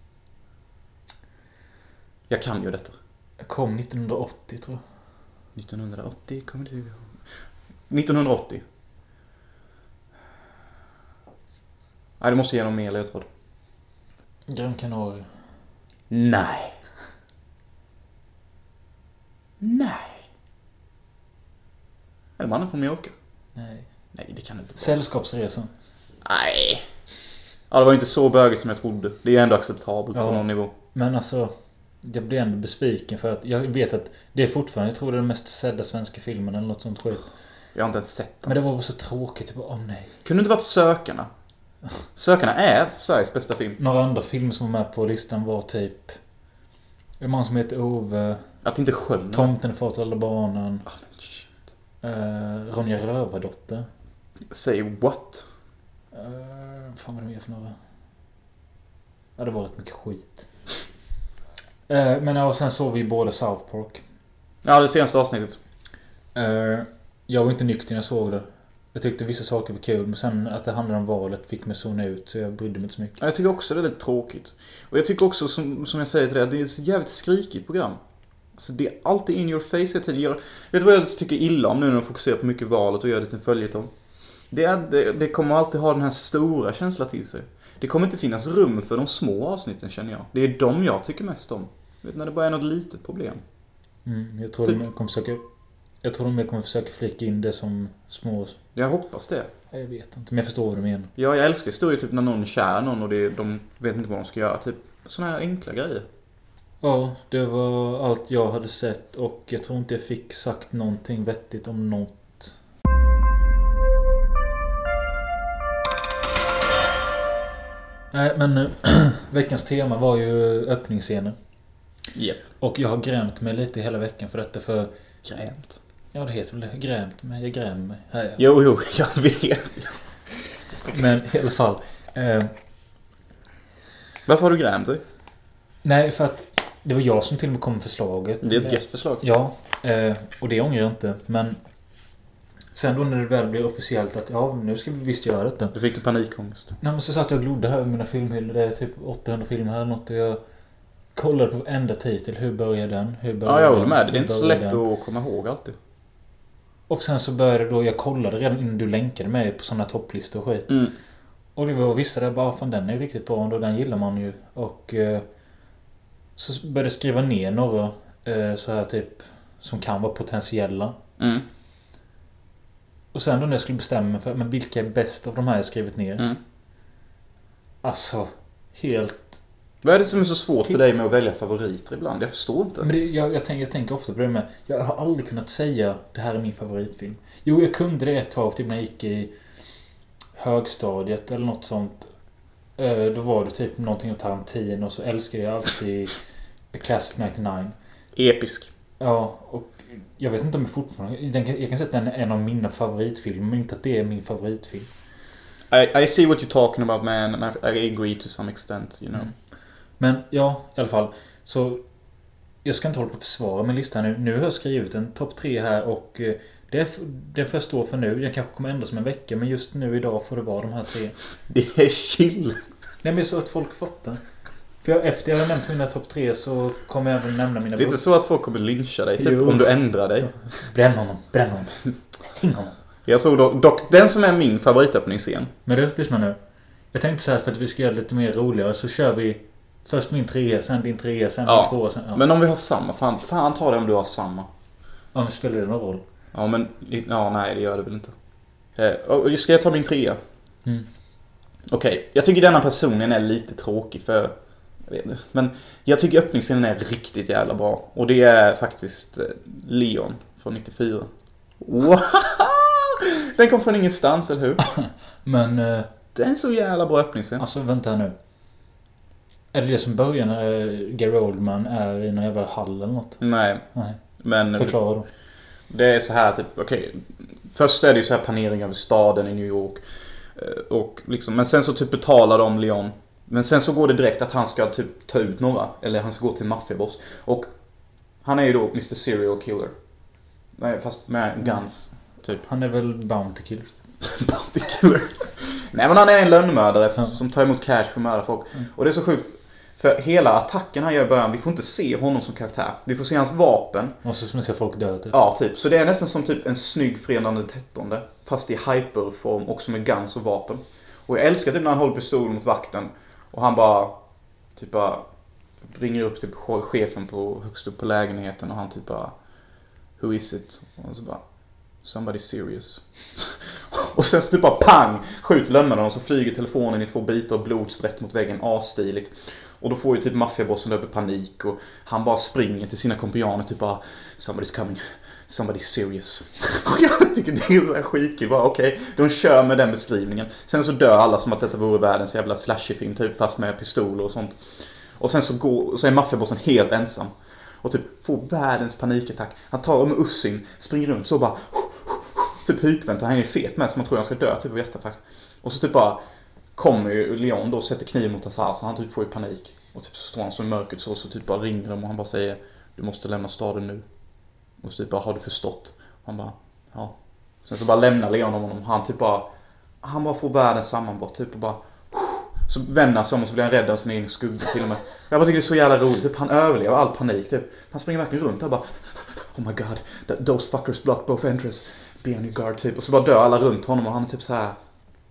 Jag kan ju detta. Kom nittonhundraåttio tror jag. nittonhundraåttio kommer du ihåg. nittonhundraåttio. Nej, du måste ge någon mer ledtråd. Gran Canaria. Nej. Nej. Är det mannen från Mallorca? Nej. Nej, det kan det inte vara. Sällskapsresan. Nej. Ja, det var inte så bögigt som jag trodde. Det är ändå acceptabelt ja, på någon nivå. Men alltså, jag blir ändå besviken för att jag vet att det är fortfarande, jag tror det är den mest sedda svenska filmen eller något sånt skit. Jag har inte ens sett den. Men det var bara så tråkigt, typ, åh nej. Kunde inte varit Sökarna? Sökarna är Sveriges bästa film. Några andra filmer som var med på listan var typ en man som heter Ove. Att inte sjön. Tomten far till alla barnen. Ah, shit. Uh, Ronja Rövardotter. Say what? Uh, fan vad det mer för några. Ja, det var rätt mycket skit. uh, Men ja, sen såg vi båda South Park. Ja, det senaste avsnittet. uh, Jag var inte nykter när jag såg det. Jag tyckte vissa saker var kul, men sen att det handlade om valet fick mig zona ut, så jag brydde mig inte så mycket. Jag tycker också det är lite tråkigt. Och jag tycker också, som, som jag säger till dig, att det är ett jävligt skrikigt program. Alltså det är alltid in your face. Jag, vet du vad jag tycker illa om nu när de fokuserar på mycket valet och gör det till en följetong? Det, är, det, det kommer alltid ha den här stora känslan till sig. Det kommer inte finnas rum för de små avsnitten, känner jag. Det är de jag tycker mest om. Vet, när det bara är något litet problem. Mm, jag tror typ. de kommer försöka Jag tror de kommer försöka flika in det som små. Jag hoppas det. Jag vet inte, men jag förstår vad du menar. Ja, jag älskar historier typ när någon kär någon och det, de vet inte vad de ska göra. Typ såna här enkla grejer. Ja, det var allt jag hade sett. Och jag tror inte jag fick sagt någonting vettigt om något. Nej, men veckans tema var ju öppningsscenen. Yep. Och jag har grämt mig lite hela veckan för detta. För Grämt? Ja, det heter väl det. Grämt, men jag grämer mig. Här, Jo, jo, jag vet. Men i alla fall. Eh, Varför har du grämt dig? nej, för att det var jag som till och med kom med förslaget. Det är ett gött förslag. Ja, eh, och det ångrar jag inte. Men sen då när det väl blev officiellt att ja, nu ska vi visst göra detta. Du fick du panikångest. Nej, men så satt jag och glodde här med mina filmhyllor. Det är typ åttahundra filmer här eller något. Och jag kollade på enda titel. Hur börjar den? Hur börjar Ja, jag håller den? med. Det är Hur inte så börjar lätt den? att komma ihåg alltid. Och sen så började då, jag kollade redan innan du länkade mig på sådana topplistor och skit. Mm. Och det var vissa där bara, fan den är riktigt bra och den gillar man ju. Och eh, så började jag skriva ner några eh, så här typ som kan vara potentiella. Mm. Och sen då när jag skulle bestämma mig för men vilka är bäst av de här jag skrivit ner. Mm. Alltså, helt... Vad är det som är så svårt för dig med att välja favoriter ibland? Jag förstår inte. Men det, jag, jag, tänker, jag tänker ofta på det med, jag har aldrig kunnat säga det här är min favoritfilm. Jo, jag kunde det ett tag typ när jag gick i högstadiet eller något sånt. Eh, då var det typ någonting av Tarantino och så älskade jag alltid Class of nittionio. Episk. Ja, och Jag vet inte om jag fortfarande... Den, jag kan säga att den är en av mina favoritfilmer, men inte att det är min favoritfilm. I, I see what you're talking about, man, and I, I agree to some extent, you know. Mm. Men ja, i alla fall. Så jag ska inte hålla på att försvara min lista nu. Nu har jag skrivit en topp tre här och det, det får jag stå för nu. Den kanske kommer ändras om en vecka, men just nu idag får det vara de här tre. Det är chill. Nej, men så att folk fattar. För jag, efter jag har nämnt mina topp tre så kommer jag även nämna mina... Det är inte så att folk kommer lyncha dig, typ, jo. Om du ändrar dig. Bränn honom, bränn honom. Häng honom. Jag tror dock, dock den som är min favoritöppningsscen. Men du, lyssna nu. Jag tänkte så här för att vi ska göra det lite mer roligare så kör vi först min trea, sen din trea, sen ja. min tvåa. Sen, ja. Men om vi har samma, fan, fan ta det om du har samma. Ja, men spelar det någon roll? Ja, men ja, nej, det gör det väl inte. Eh, ska jag ta min trea? Mm. Okej, okay. Jag tycker denna personen är lite tråkig för... Jag vet inte, men jag tycker öppningsscenen är riktigt jävla bra. Och det är faktiskt Leon från nittiofyra. Wow! Den kom från ingenstans, eller hur? Men... Uh, det är en så jävla bra öppningsscen. Alltså, vänta här nu. Är det det som börjar när Gary Oldman är i någon jävla hall eller något? Nej. Nej. Men... Förklara då. Det är så här, typ, okej. Okay. Först är det ju så här planering över staden i New York. Och liksom, men sen så typ betalar de Leon. Men sen så går det direkt att han ska typ ta ut några. Eller han ska gå till maffiaboss. Och han är ju då mister Serial Killer. Nej, fast med guns. Typ. Han är väl Bounty Killer. Bounty Killer. Nej, men han är en lönnmördare ja. Som tar emot cash för att mörda folk. Mm. Och det är så sjukt. För hela attacken han gör i början, vi får inte se honom som karaktär. Vi får se hans vapen. Och så som ser folk dö typ. Ja, typ. Så det är nästan som typ en snygg fredande trettonde. Fast i hyperform också med guns och vapen. Och jag älskar typ när han håller pistolen mot vakten. Och han bara typ bara ringer upp typ chefen på högst upp på lägenheten och han typ bara who is it? Och så bara somebody serious. Och sen så typ bara pang skjuter lönnmördaren och så flyger telefonen i två bitar och blod sprätt mot väggen asstiligt. Och då får ju typ maffiabossen upp i panik och han bara springer till sina kompanjoner typ bara somebody's coming. Somebody serious. Jag tycker det är så här skitkul. Okej, okay, de kör med den beskrivningen. Sen så dör alla som att detta vore världens jävla slasherfilm typ fast med pistoler och sånt. Och sen så går så är maffiabossen helt ensam och typ får världens panikattack. Han tar med ussin, springer runt så bara typ hypväntar. Han är fet med som man tror han ska dö typ av hjärtinfarkt. Och så typ bara kommer ju Leon då och sätter kniv mot hans hals och han typ får ju panik. Och typ så står han så i mörkret så, så typ bara ringer de och han bara säger du måste lämna staden nu. Och så typ bara, har du förstått? Han bara, ja. Sen så bara lämnar Leon honom och han typ bara, han bara får världens sammanbrott typ och bara, så vänder han sig om och så blir han rädd av sin egen skugga till och med. Jag bara tycker det är så jävla roligt, typ han överlever all panik typ. Han springer verkligen runt och bara, oh my god, that, those fuckers blocked both entrances, be on your guard typ. Och så bara dör alla runt honom och han är typ så här.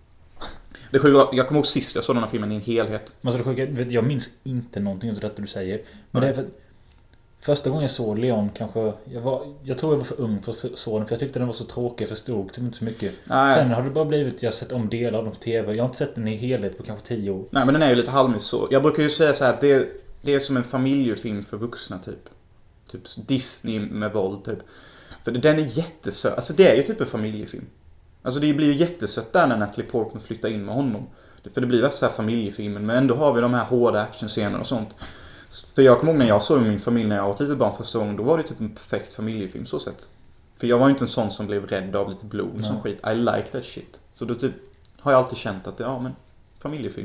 Det sjuka, jag kommer ihåg sist jag såg den här filmen i en helhet. Men så det sjuka, jag minns inte någonting av det du säger. Men det är för första gången jag såg Leon kanske jag var jag tror jag var för ung för att se den för jag tyckte den var så tråkig jag förstod typ inte så mycket. Nej. Sen har det bara blivit jag har sett om delar av dem på tv. Jag har inte sett den i helhet på kanske tio år. Nej, men den är ju lite halvmys så. Jag brukar ju säga så här att det är, det är som en familjefilm för vuxna typ. Typ Disney med våld typ. För den är jättesött. Alltså det är ju typ en familjefilm. Alltså det blir ju jättesött där när Natalie Portman flyttar in med honom. För det blir väl så här familjefilmen men ändå har vi de här hårda actionscenerna och sånt. För jag kommer ihåg när jag såg min familj när jag var ett litet barn första gången. Då var det typ en perfekt familjefilm så sett. För jag var ju inte en sån som blev rädd av lite blod och sån skit. I like that shit. Så då typ har jag alltid känt att det ja men familjefilm.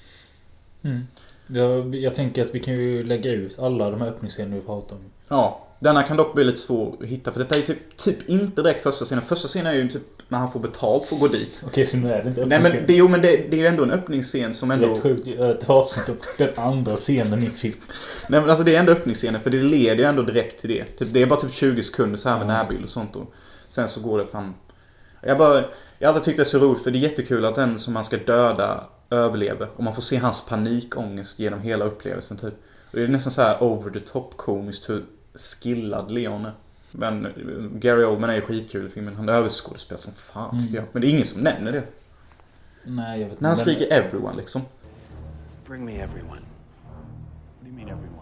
Mm. Jag, jag tänker att vi kan ju lägga ut alla de här öppningsscenerna vi pratar om. Ja, denna kan dock bli lite svår att hitta. För detta är ju typ, typ inte direkt första scenen. Första scenen är ju typ när han får betalt för att gå dit. Okej, så nu är det inte Nej men, det, jo, men det, det är ju ändå en öppningsscen som ändå... Det är ett sjukt ett avsnitt av den andra scenen i film. Nej men alltså det är ändå öppningsscenen för det leder ju ändå direkt till det. Typ, det är bara typ tjugo sekunder så här med mm. närbild och sånt. Och sen så går det att han... Jag bara... Jag har alltid tyckt det är så roligt för det är jättekul att den som man ska döda överlever. Och man får se hans panikångest genom hela upplevelsen typ. Och det är nästan så här over the top komiskt hur skillad Leon är. Men Gary Oldman är ju skitkul i filmen. Han är överskådespelare som fan mm. tycker jag. Men det är ingen som nämner det. Nej, jag vet inte. När han skriker den... everyone liksom. Bring me everyone. What do you mean everyone?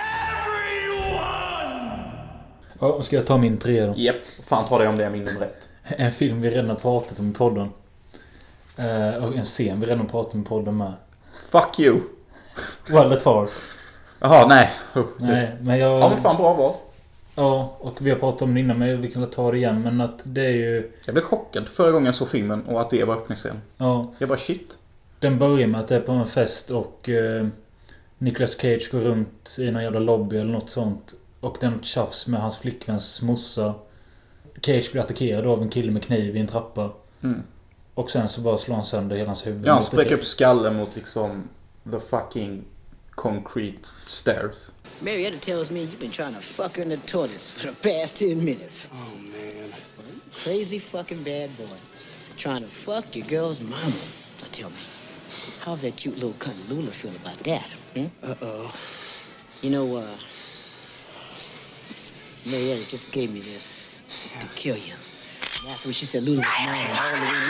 Everyone! Ja, ska jag ta min tre då? Japp, yep. Fan ta det om det är min nummer ett. En film vi redan har pratat om i podden. Uh, och en scen vi redan har pratat om i podden med. Fuck you. Wallet Heart. Jaha, nej. Uh, nej, men jag... Ja, men fan bra val. Ja, och vi har pratat om det innan, men vi kan ta det igen. Men att det är ju... Jag blev chockad förra gången jag såg filmen och att det var öppningsscen. Ja. Jag bara shit. Den börjar med att det är på en fest och eh, Nicolas Cage går runt i någon jävla lobby eller något sånt. Och den tjafs med hans flickväns morsa. Cage blir attackerad av en kille med kniv i en trappa. Mm. Och sen så bara slår han sönder hela hans huvud. Ja, han spräcker upp skallen mot liksom the fucking concrete stairs. Marietta tells me you've been trying to fuck her in the toilets for the past ten minutes. Oh, man. Crazy fucking bad boy. Trying to fuck your girl's mama. Now tell me, how's that cute little cunt Lula feel about that? Hmm? Uh-oh. You know, uh... Marietta just gave me this to kill you. And after she said Lula was mine and all the women...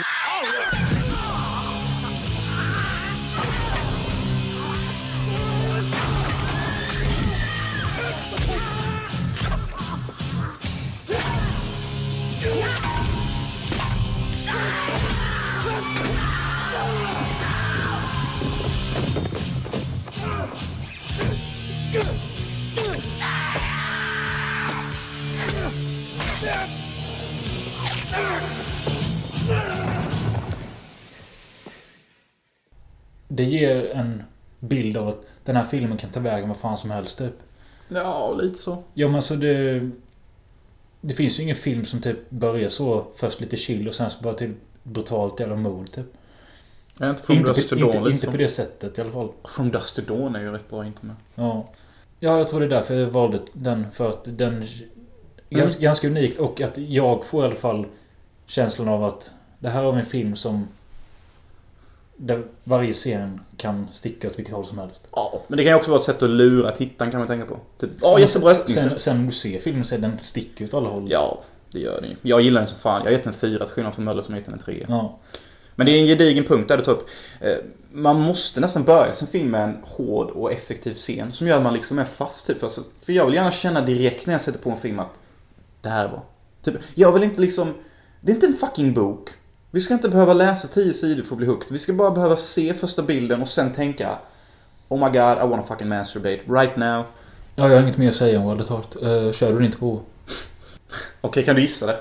Det ger en bild av att den här filmen kan ta vägen vad fan som helst typ. Ja, lite så. Ja, men så det... Det finns ju ingen film som typ börjar så först lite chill och sen så bara till brutalt jävla mod typ. Jag är inte From Inte, Dust to på, Dawn inte, liksom. inte på det sättet i alla fall. From Dust to Dawn är ju rätt bra inte med. Ja. Ja, jag tror det är därför jag valde den. För att den är ganska, Mm. ganska unikt. Och att jag får i alla fall känslan av att det här är en film som där varje scen kan sticka åt vilket håll som helst. Ja, men det kan ju också vara ett sätt att lura tittaren kan man tänka på. Typ, ja, jättebra sen, öppning. sen, sen när du ser filmen så är den sticker ut alla håll. Ja, det gör den ju. Jag gillar den som fan. Jag har gett den fyra till skillnad från Möller som har gett den en tre. Ja. Men det är en gedigen punkt där du tar upp. Eh, man måste nästan börja sin film med en hård och effektiv scen som gör att man liksom är fast typ. Alltså, för jag vill gärna känna direkt när jag sätter på en film att det här var. Typ, jag vill inte liksom... Det är inte en fucking bok. Vi ska inte behöva läsa tio sidor för att bli hooked. Vi ska bara behöva se första bilden och sen tänka oh my god, I wanna fucking masturbate right now. Ja, jag har inget mer att säga om Wild at Heart. Uh, kör du inte på? Okej, okay, kan du gissa det?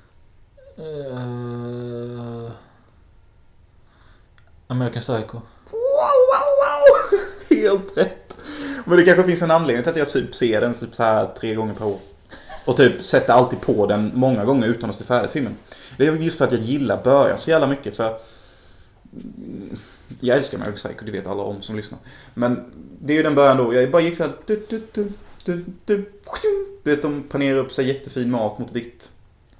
Uh... American Psycho. Wow, wow, wow! Helt rätt. Men det kanske finns en anledning till att jag typ ser den typ så här tre gånger per år. Och typ sätter alltid på den många gånger utan att se färdigt filmen. Det är just för att jag gillar början så jävla mycket. För jag älskar American Psycho, det vet alla om som lyssnar. Men det är ju den början då. Jag bara gick så här. Du, du, du, du, du, du vet, de panerar upp sig jättefin mat mot vitt.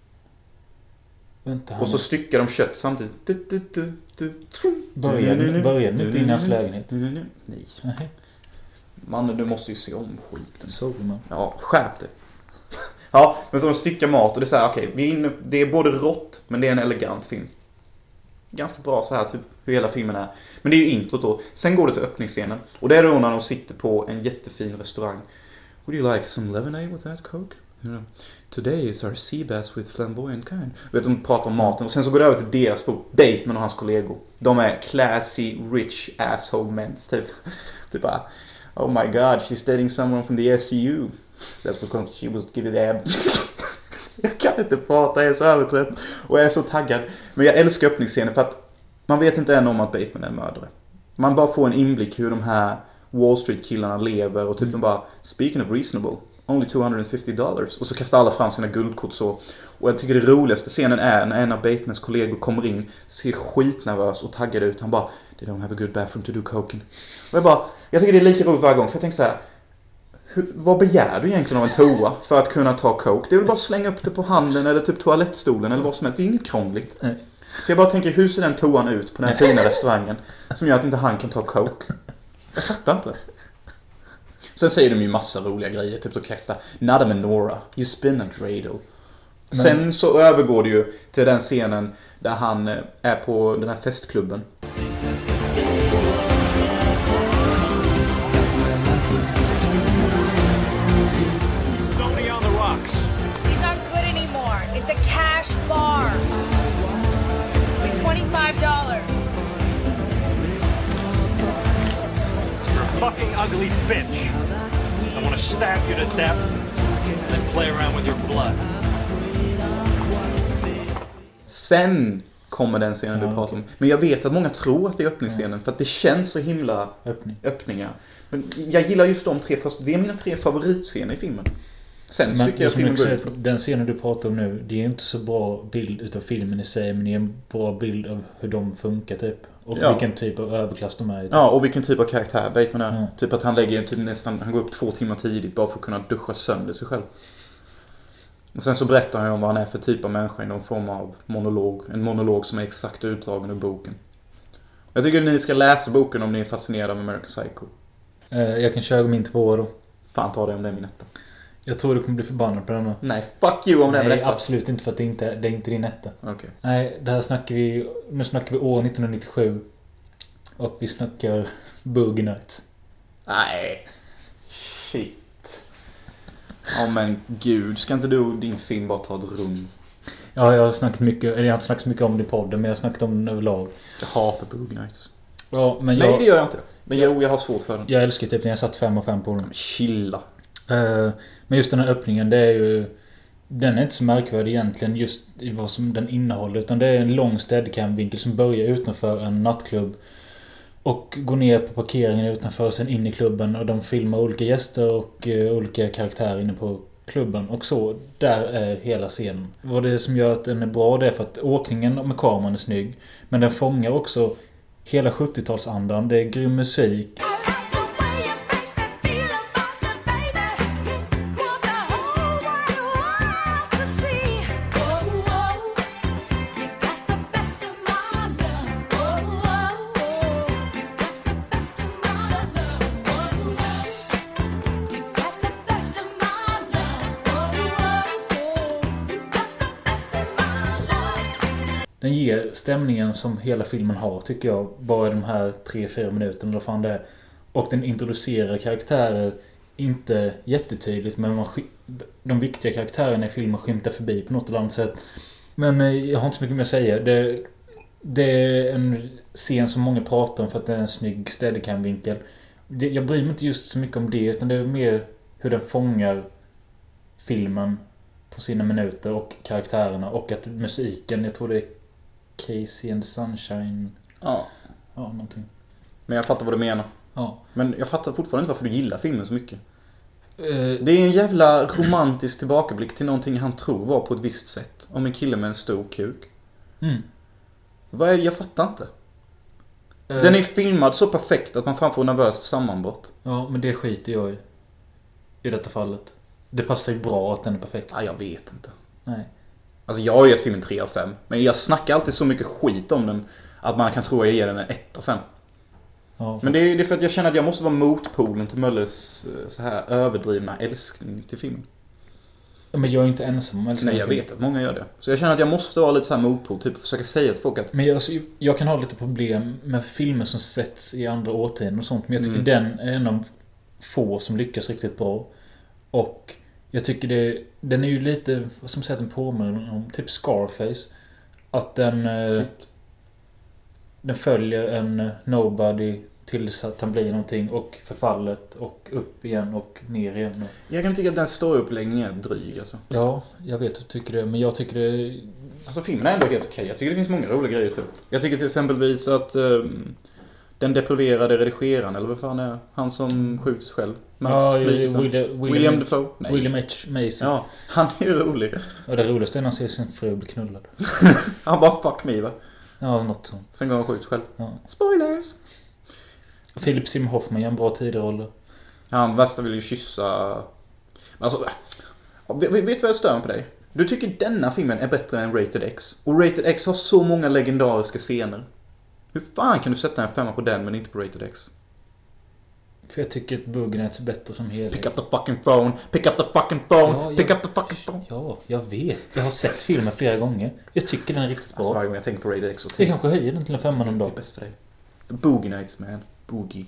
Vänta, och så styckar de kött samtidigt. Du, du, du, du. Börjar börjar inte i hans lägenhet? Nej. Nej. Man, du måste ju se om skiten. Så man. Ja, skärp det. Ja, men så de styckar mat och det är så här, okej, vi är inne, det är både rått men det är en elegant film. Ganska bra så här typ hur hela filmen är. Men det är ju introt då. Sen går det till öppningsscenen och det är då när de sitter på en jättefin restaurang. Would you like some lemonade with that Coke? You know, today is our sea bass with flamboyant kind. Vet, de pratar om maten och sen så går det över till deras bok Bateman och hans kollegor. De är classy, rich asshole men typ. Typ bara, oh my god, she's dating someone from the S U. That's because she was giving them. Jag kan inte prata, jag är så övertrött. Och jag är så taggad. Men jag älskar öppningsscenen för att man vet inte än om att Bateman är en mördare. Man bara får en inblick hur de här Wall Street-killarna lever. Och typ mm. de bara, speaking of reasonable, only two hundred fifty dollars. Och så kastar alla fram sina guldkort så. Och jag tycker det roligaste scenen är när en av Batemans kollegor kommer in, ser skitnervös och taggad ut. Han bara, they don't have a good bathroom to do coking. Och jag bara, jag tycker det är lika roligt varje gång. För jag tänker så här, hur, vad begär du egentligen av en toa för att kunna ta coke? Det är väl bara slänga upp det på handen eller typ toalettstolen eller vad som helst. Det är inget krångligt. Nej. Så jag bara tänker, hur ser den toan ut på den fina restaurangen som gör att inte han kan ta coke? Jag fattar inte. Sen säger de ju massa roliga grejer. Typ att kasta, not a menorah, you spin a dreidel. Sen så övergår det ju till den scenen där han är på den här festklubben. Fucking ugly bitch. I want to stab you to death. then play around with your blood. Sen kommer den scenen Ja, du pratar om. okej. Men jag vet att många tror att det är öppningsscenen. För att det känns så himla Öppning. öppningar. Men jag gillar just de tre första. Det är mina tre favoritscener i filmen. Sen Men tycker jag som filmen jag går säger, ut. den scenen du pratar om nu, det är inte så bra bild utav filmen i sig, men det är en bra bild av hur de funkar typ. Och Ja. vilken typ av överklass de är i. Typ. Ja, och vilken typ av karaktär Bateman är. Mm. Typ att han lägger typ nästan, han går upp två timmar tidigt bara för att kunna duscha sönder sig själv. Och sen så berättar han om vad han är för typ av människa i någon form av monolog. En monolog som är exakt utdragen ur boken. Jag tycker att ni ska läsa boken om ni är fascinerade av American Psycho. Eh, jag kan köra min två då. Fan, ta det om det är min etta. Jag tror du kommer bli förbannad på den här. Nej, fuck you om det är min Nej, etta. absolut inte, för att det inte det är inte din etta. Okej. Nej, det här snackar vi... Nu snackar vi år nittonhundranittiosju. Och vi snackar Boogie Nights. Nej. Shit. Ja men gud, ska inte du och din film bara ta ett rum? Ja, jag har snackat mycket... Eller jag har inte snackat så mycket om det i podden, men jag har snackat om den överlag. Jag hatar Boogie Nights. Ja, men jag... Nej, det gör jag inte. Men jo, jag har svårt för den. Jag älskar typ när jag satt fem och fem på den. Chilla. Uh, men just den här öppningen, det är ju... Den är inte så märkvärdig egentligen just i vad som den innehåller. Utan det är en lång steadicam-vinkel som börjar utanför en nattklubb. Och går ner på parkeringen utanför och sen in i klubben. Och de filmar olika gäster och uh, olika karaktärer inne på klubben. Och så, där är hela scenen. Vad det är som gör att den är bra, det är för att åkningen med kameran är snygg. Men den fångar också hela sjuttiotalsandan. Det är grym musik. Den ger stämningen som hela filmen har, tycker jag. Bara de här tre fyra minuterna, eller fan det är. Och den introducerar karaktärer inte jättetydligt, men man, de viktiga karaktärerna i filmen skymtar förbi på något eller annat sätt. Men eh, jag har inte så mycket mer att säga. Det, det är en scen som många pratar om för att det är en snygg steadicam-vinkel. Det, jag bryr mig inte just så mycket om det, utan det är mer hur den fångar filmen på sina minuter och karaktärerna. Och att musiken, jag tror det är Casey and Sunshine. Ja. Ja, någonting. Men jag fattar vad du menar. Ja. Men jag fattar fortfarande inte varför du gillar filmen så mycket. Eh, Det är en jävla romantisk tillbakablick till någonting han tror var på ett visst sätt. Om en kille med en stor kuk. mm. Vad är, jag fattar inte. Eh, Den är filmad så perfekt att man fan får nervöst sammanbrott. Ja, men det skiter jag i. I detta fallet. Det passar ju bra att den är perfekt. Ja, jag vet inte. Nej. Alltså jag har gett filmen tre av fem. Men jag snackar alltid så mycket skit om den att man kan tro att jag ger den en ett av fem. Ja, Men det är, det är för att jag känner att jag måste vara motpolen till Mölles eh, så här överdrivna älskning till filmen. men jag är inte ensam om att älska Nej, den jag filmen. vet att många gör det. Så jag känner att jag måste vara lite så här motpol. Typ försöka säga till folk att Men jag, alltså, jag kan ha lite problem med filmer som sätts i andra årtionden och sånt. Men jag tycker Mm. den är en av få som lyckas riktigt bra. Och jag tycker det, den är ju lite, vad ska man säga, den påminner om typ Scarface. Att den eh, shit. den följer en eh, nobody tills att han blir någonting och förfallet och upp igen och ner igen. Och... Jag kan tycka att den storyuppläggningen är dryg alltså. Ja, jag vet att du tycker det, men jag tycker det... Alltså filmen är ändå helt okej. Jag tycker det finns många roliga grejer typ. Jag tycker till exempelvis att um, den depriverade redigeraren, eller vad fan är han som skjuts själv? Mats Ja, Mikkelsen. William, William, William Dafoe? Nej. William H. Macy. Ja, han är ju rolig. Och det roligaste är när han ser sin fru bli knullad. Han bara fuck me va? Ja, något sånt. Sen går han skjuts själv. Ja. Spoilers! Philip Seymour Hoffman gör en bra tideroll. Han värsta vill ju kyssa... Alltså, vet, vet du vad jag stör mig på dig? Du tycker denna filmen är bättre än Rated X. Och Rated X har så många legendariska scener. Hur fan kan du sätta en femma på den men inte på Rated X? För jag tycker att Boogie Nights är bättre som helhet. Pick up the fucking phone, pick up the fucking phone, Ja, pick jag- up the fucking phone. Ja, jag vet. Jag har sett filmen flera gånger. Jag tycker den är riktigt bra. Alltså varje gång jag tänker på Rated X och Jag tänker kanske höjer den till en femma någon det är dag. bäst för dig. För Boogie Nights man, Boogie.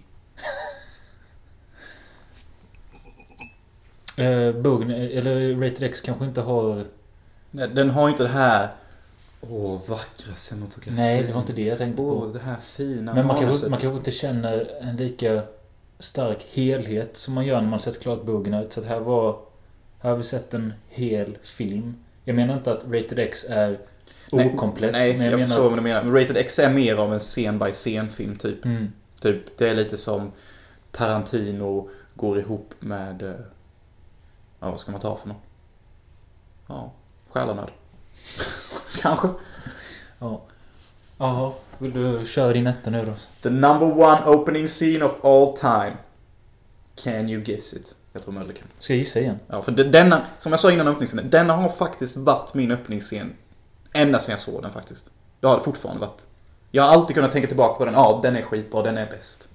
Uh, Boogie, eller Rated X kanske inte har... Nej, den har inte det här... Åh, vackra cinematografi. Nej, det var inte det jag tänkte Åh, på. det här fina Men man kanske, manuset. man kanske inte känner en lika stark helhet som man gör när man sett klart Boogie Nights. Så att här var... Här har vi sett en hel film. Jag menar inte att Rated X är okomplett. Nej, men jag, jag, jag menar förstår att, vad du menar. Men Rated X är mer av en scen by scen film typ. mm. Typ, det är lite som Tarantino går ihop med... Ja, vad ska man ta för något? Ja, själanöd. Kanske. Ja. Ja, vill du köra din etta nu då? The number one opening scene of all time. Can you guess it? Jag tror Möller kan. Ska jag gissa igen? Ja, för denna, som jag sa innan öppningsscenen, denna har faktiskt varit min öppningsscen ända sedan jag såg den faktiskt. Det har det fortfarande varit. Jag har alltid kunnat tänka tillbaka på den. Ja, den är skitbra, den är bäst.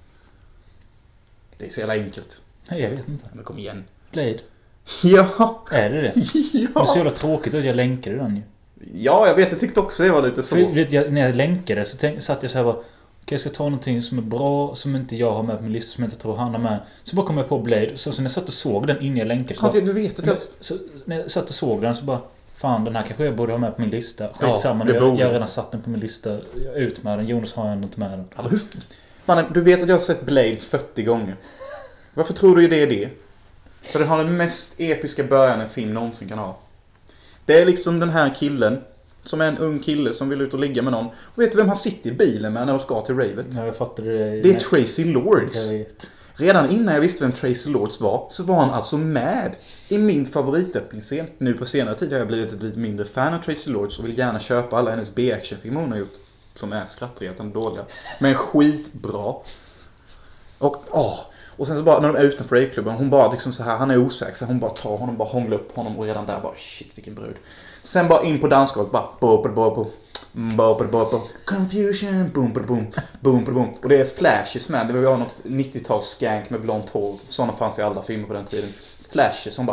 Det är så jävla enkelt. Nej, jag vet inte. Men kom igen. Blade. Ja. Är det det? Det är så Ja. jävla tråkigt att jag länkade den ju. Ja, jag vet. Jag tyckte också det var lite så. För, vet, jag, när jag länkade så tänk, satt jag så här bara... Okej, jag ska ta någonting som är bra, som inte jag har med på min lista, som jag inte tror han har med. Så bara kom jag på Blade. Så, så när jag satt och såg den innan jag länkade så, Ja, bara, du vet att jag... så när jag satt och såg den så bara... Fan, den här kanske jag borde ha med på min lista. Ja, Skitsamma, det jag, borde. jag har redan satt den på min lista. Ut med den. Jonas har ändå inte med den. Ja, hur... Man, du vet att jag har sett Blade fyrtio gånger. Varför tror du det är det? För den har den mest episka början en film någonsin kan ha. Det är liksom den här killen, som är en ung kille som vill ut och ligga med någon. Och vet du vem han sitter i bilen med när de ska till ravet? Ja, jag fattade det. Det är Tracy Lords. Jag vet. Redan innan jag visste vem Tracy Lords var så var han alltså med i min favoritöppningsscen. Nu på senare tid har jag blivit ett lite mindre fan av Tracy Lords och vill gärna köpa alla hennes B-actionfilmer hon har gjort. Som är skrattretande dåliga. Men skitbra. Och, åh. Och sen så bara när de är utanför rave-klubben, hon bara liksom så här, han är osäker, så hon bara tar honom, bara hånglar upp honom och redan där bara shit vilken brud. Sen bara in på dansgolvet, bara bo bo bo bo bo bo bo bo confusion, boom boom boom boom boom. Och det är flashes med, det var något nittio-tals skank med blont hår, sådana fanns i alla filmer på den tiden. Flashes som bara...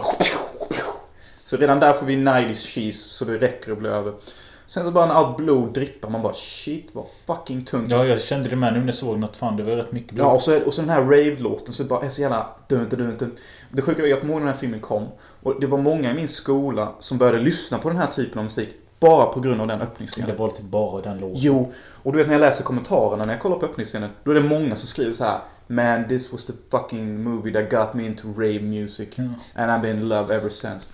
Så redan där får vi nittio cheese så det räcker att bli över. Sen så bara när allt blod drippar, man bara shit vad fucking tungt. Ja, jag kände det med nu när jag såg något, fan det var rätt mycket blod. Ja, och så, är, och så den här rave-låten så bara är så jävla dun, dun, dun, dun. Det sjuka var, jag kommer ihåg när den här filmen kom. Och det var många i min skola som började lyssna på den här typen av musik bara på grund av den öppningsscenen. Det var typ bara den låten. Jo, och du vet när jag läser kommentarerna när jag kollar på öppningsscenen, då är det många som skriver så här: man, this was the fucking movie that got me into rave music. Ja. And I've been in love ever since.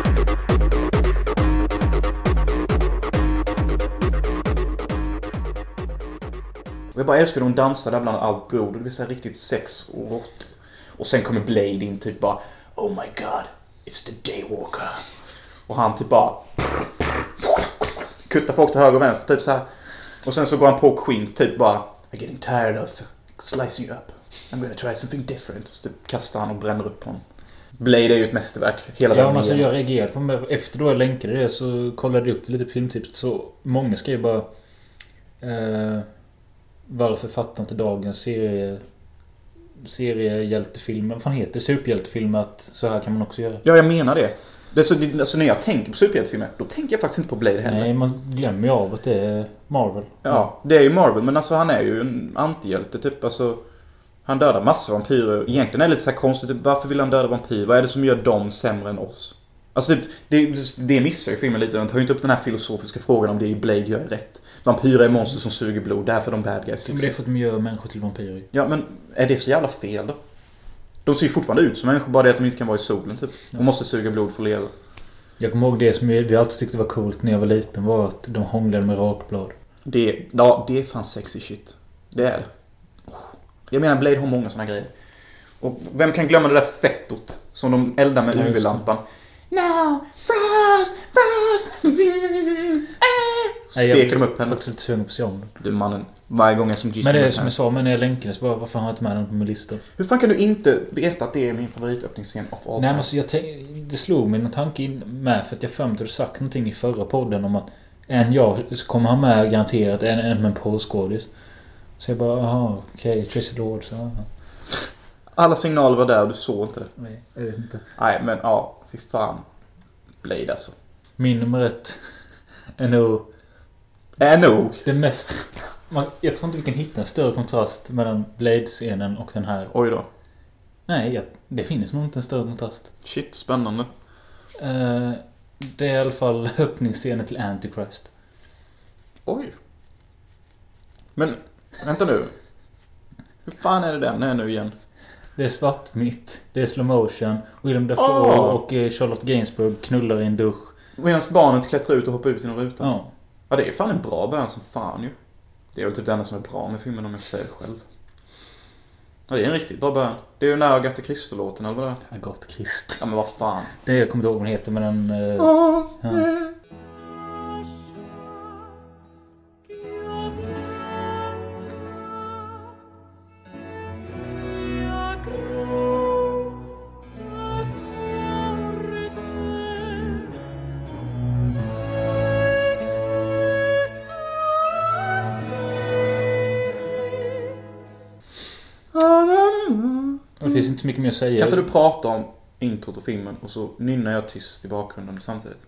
Och jag bara älskar hur de dansar där bland allt blod. Och det blir så här riktigt sex och rått. Och sen kommer Blade in typ bara: oh my god, it's the Daywalker. Och han typ bara kuttar folk till höger och vänster typ så här. Och sen så går han på Queen typ bara: I'm getting tired of slicing you up. I'm gonna try something different. Så typ kastar han och bränner upp honom. Blade är ju ett mästerverk. Hela Ja, vägen men alltså igenom. jag reagerade på mig. Efter då jag länkade det så kollade jag upp det lite på filmtips. Så många skrev bara... Eh, varför fattar inte dagens serie... seriehjältefilmer? Vad fan heter det? Superhjältefilmer, att så här kan man också göra. Ja, jag menar det. Det är så, det, alltså när jag tänker på superhjältefilmer, då tänker jag faktiskt inte på Blade heller. Nej, man glömmer ju av att det är Marvel. Ja, det är ju Marvel, men alltså han är ju en antihjälte typ, alltså han dödar massor av vampyrer. Egentligen är det lite så här konstigt, typ, varför vill han döda vampyrer? Vad är det som gör dem sämre än oss? Alltså typ, det, det missar ju filmen lite. Den tar ju inte upp den här filosofiska frågan om det i Blade gör rätt. Vampyrer är monster som suger blod, därför är de bad guys liksom. Men det är för att de gör människor till vampyrer. Ja, men är det så jävla fel då? De ser ju fortfarande ut som människor, bara det att de inte kan vara i solen typ. De måste suga blod för att leva. Jag kommer ihåg det som vi alltid tyckte var coolt när jag var liten, var att de hånglade med rakblad. Det, ja, det är fan sexy shit. Det är det. Jag menar, Blade har många såna grejer. Och vem kan glömma det där fettot som de eldar med Ja, U V-lampan? No, frost, frost. Steker de upp Jag är henne. faktiskt lite sugen på att se om den. Du mannen, varje gång jag som Jason Men det är upp som här. jag sa, men när jag länkade så bara, varför har jag inte med den på min lista? Hur fan kan du inte veta att det är min favoritöppningsscen of all Nej, time? men alltså, jag tänk, det slog mig någon tanke in med, för att jag för mig sagt någonting i förra podden om att en jag så kommer ha med garanterat en, en med en påskådis. Så jag bara, aha, okej, okay, Tracy Lords, ja. Alla signaler var där och du såg inte det. Nej, jag vet inte. Nej, men ja, fy fan. Blade alltså. Min nummer ett är nog Är nog. det mest... Man, jag tror inte vi kan hitta en större kontrast mellan Blade-scenen och den här. Oj då. Nej, jag, det finns nog inte en större kontrast. Shit, spännande. Uh, det är i alla fall öppningsscenen till Antichrist. Oj. Men, vänta nu. Hur fan är det den är nu igen? Det är svartvitt. Det är slow motion. Willem Dafoe Oh. och eh, Charlotte Gainsbourg knullar i en dusch. Medan barnet klättrar ut och hoppar ut genom rutan. Ja. Ja, det är fan en bra början som fan ju. Det är väl typ det enda som är bra med filmen om jag får säga det själv. Ja, det är en riktigt bra början. Det är ju den där Agatha Christie-låten eller vad det är. Agatha Christie. Ja, men vad fan. Det jag kommer inte ihåg vad den heter, men den... Eh, ja. Det finns inte så mycket mer att säga. Kan inte du prata om introt och filmen och så nynnar jag tyst i bakgrunden samtidigt?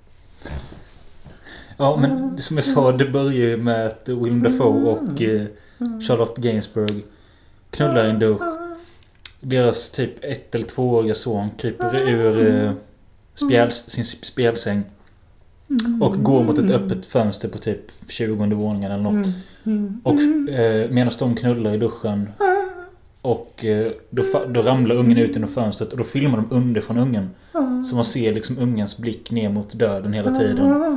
Ja, men som jag sa, det börjar ju med att Willem Dafoe och eh, Charlotte Gainsbourg knullar i en dusch. Deras typ ett eller tvååriga son kryper ur eh, spjäl, sin spjälsäng och går mot ett öppet fönster på typ tjugonde våningen eller något. Och eh, medan de knullar i duschen och eh, då, fa- då ramlar ungen ut genom fönstret och då filmar de underifrån ungen. Så man ser liksom ungens blick ner mot döden hela tiden.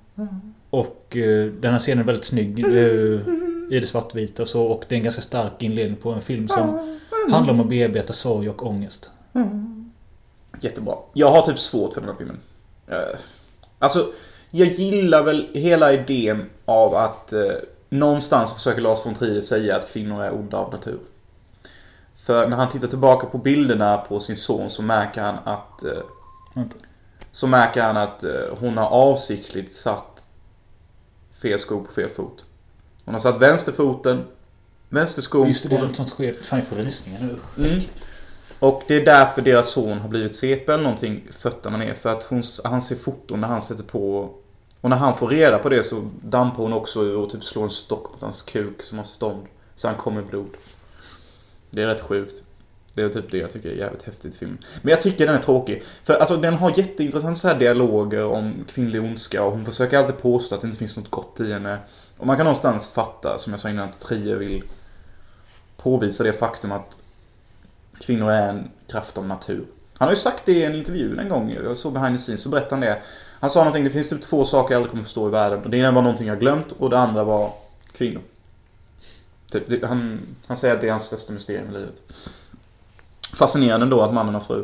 Och eh, den här scenen är väldigt snygg eh, i det svartvita och så. Och det är en ganska stark inledning på en film som handlar om att bearbeta sorg och ångest. Jättebra. Jag har typ svårt för den här filmen. Eh, Alltså, jag gillar väl hela idén av att eh, någonstans försöker Lars von Trier säga att kvinnor är onda av natur. För när han tittar tillbaka på bilderna på sin son så märker han att eh, Vänta. så märker han att eh, hon har avsiktligt satt fel sko på fel fot. Hon har satt vänsterfoten, vänsterskon Just det, på det är den. något sånt skevt. Fan, jag får rysningar nu. Mm. Och det är därför deras son har blivit C P eller någonting fötterna ner. För att hon, han ser foton när han sätter på. Och när han får reda på det så dampar hon också ur och typ slår en stock på hans kuk som har stånd. Så han kommer blod. Det är rätt sjukt. Det är typ det jag tycker är jävligt häftigt i filmen. Men jag tycker den är tråkig. För alltså den har jätteintressant så här dialoger om kvinnlig ondska. Och hon försöker alltid påstå att det inte finns något gott i henne. Och man kan någonstans fatta, som jag sa innan, att Trier vill påvisa det faktum att kvinnor är en kraft av natur. Han har ju sagt det i en intervju en gång. Jag såg behind the scenes så berättade han det. Han sa någonting, det finns typ två saker jag aldrig kommer förstå i världen. Och det ena var någonting jag glömt och det andra var kvinnor. Typ, det, han, han säger att det är hans största mysterium i livet. Fascinerande då att mannen har fru.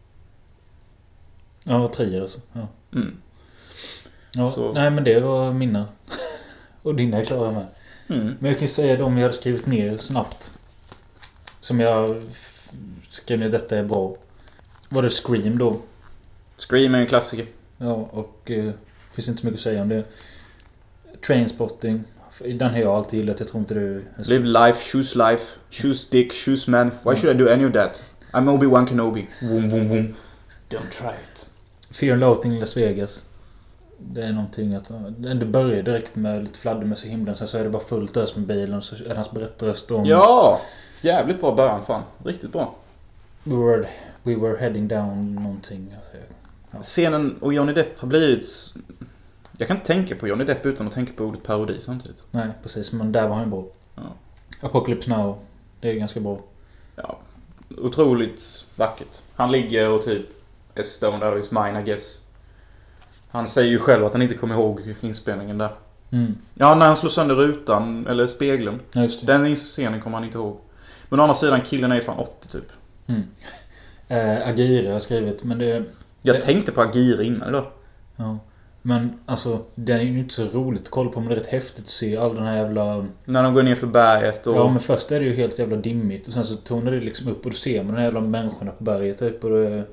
Ja, Trier alltså. Ja. Mm. Ja, Så. nej men det var mina. Och dina är klara med. Mm. Men jag kan ju säga de jag hade skrivit ner snabbt. Som jag skrev ner, detta är bra. Var det Scream då? Scream är en klassiker. Ja, och eh, finns inte mycket att säga om det. Trainspotting. Den har jag alltid gillat, jag tror inte du... Live life, choose life, choose dick, choose man. Why should I do any of that? I'm Obi-Wan Kenobi. Vroom, vroom, vroom. Don't try it. Fear and Loathing i Las Vegas. Det är någonting att... Det börjar direkt med lite fladdermöss i himlen. Sen så är det bara fullt ös med bilen. Så är det hans berättarröst om... Ja! Jävligt bra början, fan. Riktigt bra. We were, we were heading down någonting. Ja. Scenen och Johnny Depp har blivit... Jag kan inte tänka på Johnny Depp utan att tänka på ordet parodi samtidigt. Nej, precis. Men där var han bra. Ja. Apocalypse Now. Det är ganska bra. Ja, otroligt vackert. Han ligger och typ är stoned out of his mind, I guess. Han säger ju själv att han inte kommer ihåg inspelningen där. Mm. Ja, när han slår sönder rutan, eller spegeln. Ja, just det. Den scenen kommer han inte ihåg. Men å andra sidan, killen är ju fan åttio typ. Mm. Eh, Aguirre har jag skrivit, men det... Jag det, tänkte på Aguirre innan idag. Ja. Men alltså, det är ju inte så roligt att kolla på, men det är rätt häftigt att se all den här jävla... När de går ner för berget och... Ja, men först är det ju helt jävla dimmigt och sen så tonar det liksom upp och då ser man de här jävla människorna på berget typ och det...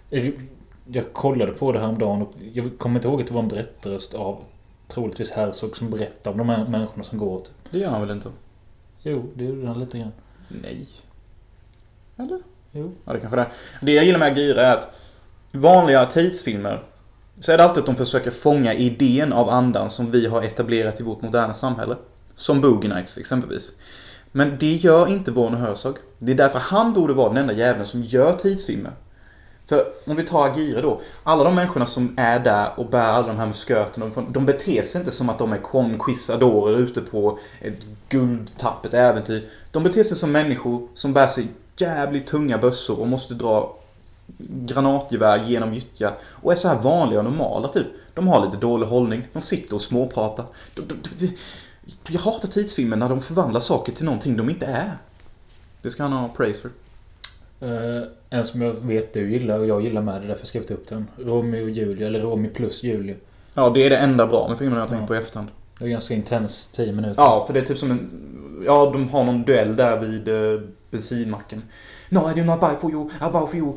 Jag kollade på det här om dagen och jag kommer inte ihåg att det var en berättarröst av troligtvis Herzog som berättar om de här människorna som går typ. Det gör han väl inte? Jo, det gjorde han lite grann. Nej. Eller? Jo. Ja, det kanske det är. Det jag gillar med Aguirre är att vanliga tidsfilmer så är det alltid att de försöker fånga idén av andan som vi har etablerat i vårt moderna samhälle. Som Boogie Nights exempelvis. Men det gör inte Werner Herzog. Det är därför han borde vara den enda jäveln som gör tidsfilmer. För om vi tar Aguirre då. Alla de människorna som är där och bär alla de här musköterna. De beter sig inte som att de är conquistadorer ute på ett guldtappet äventyr. De beter sig som människor som bär sig jävligt tunga bössor och måste dra granatgevär genom gyttja och är så här vanliga och normala typ. De har lite dålig hållning, de sitter och småpratar. De, de, de, jag hatar tidsfilmer när de förvandlar saker till någonting de inte är. Det ska han ha praise för. Uh, en som jag vet du gillar och jag gillar med det, därför jag skrivit upp den. Romeo och Julia, eller Romeo plus Julia. Ja, det är det enda bra med filmen jag har tänkt ja. på i efterhand. Det är ganska intens, tio minuter. Ja, för det är typ som en... Ja, de har någon duell där vid uh, bensinmacken. No, I do not buy for you, I buy for you.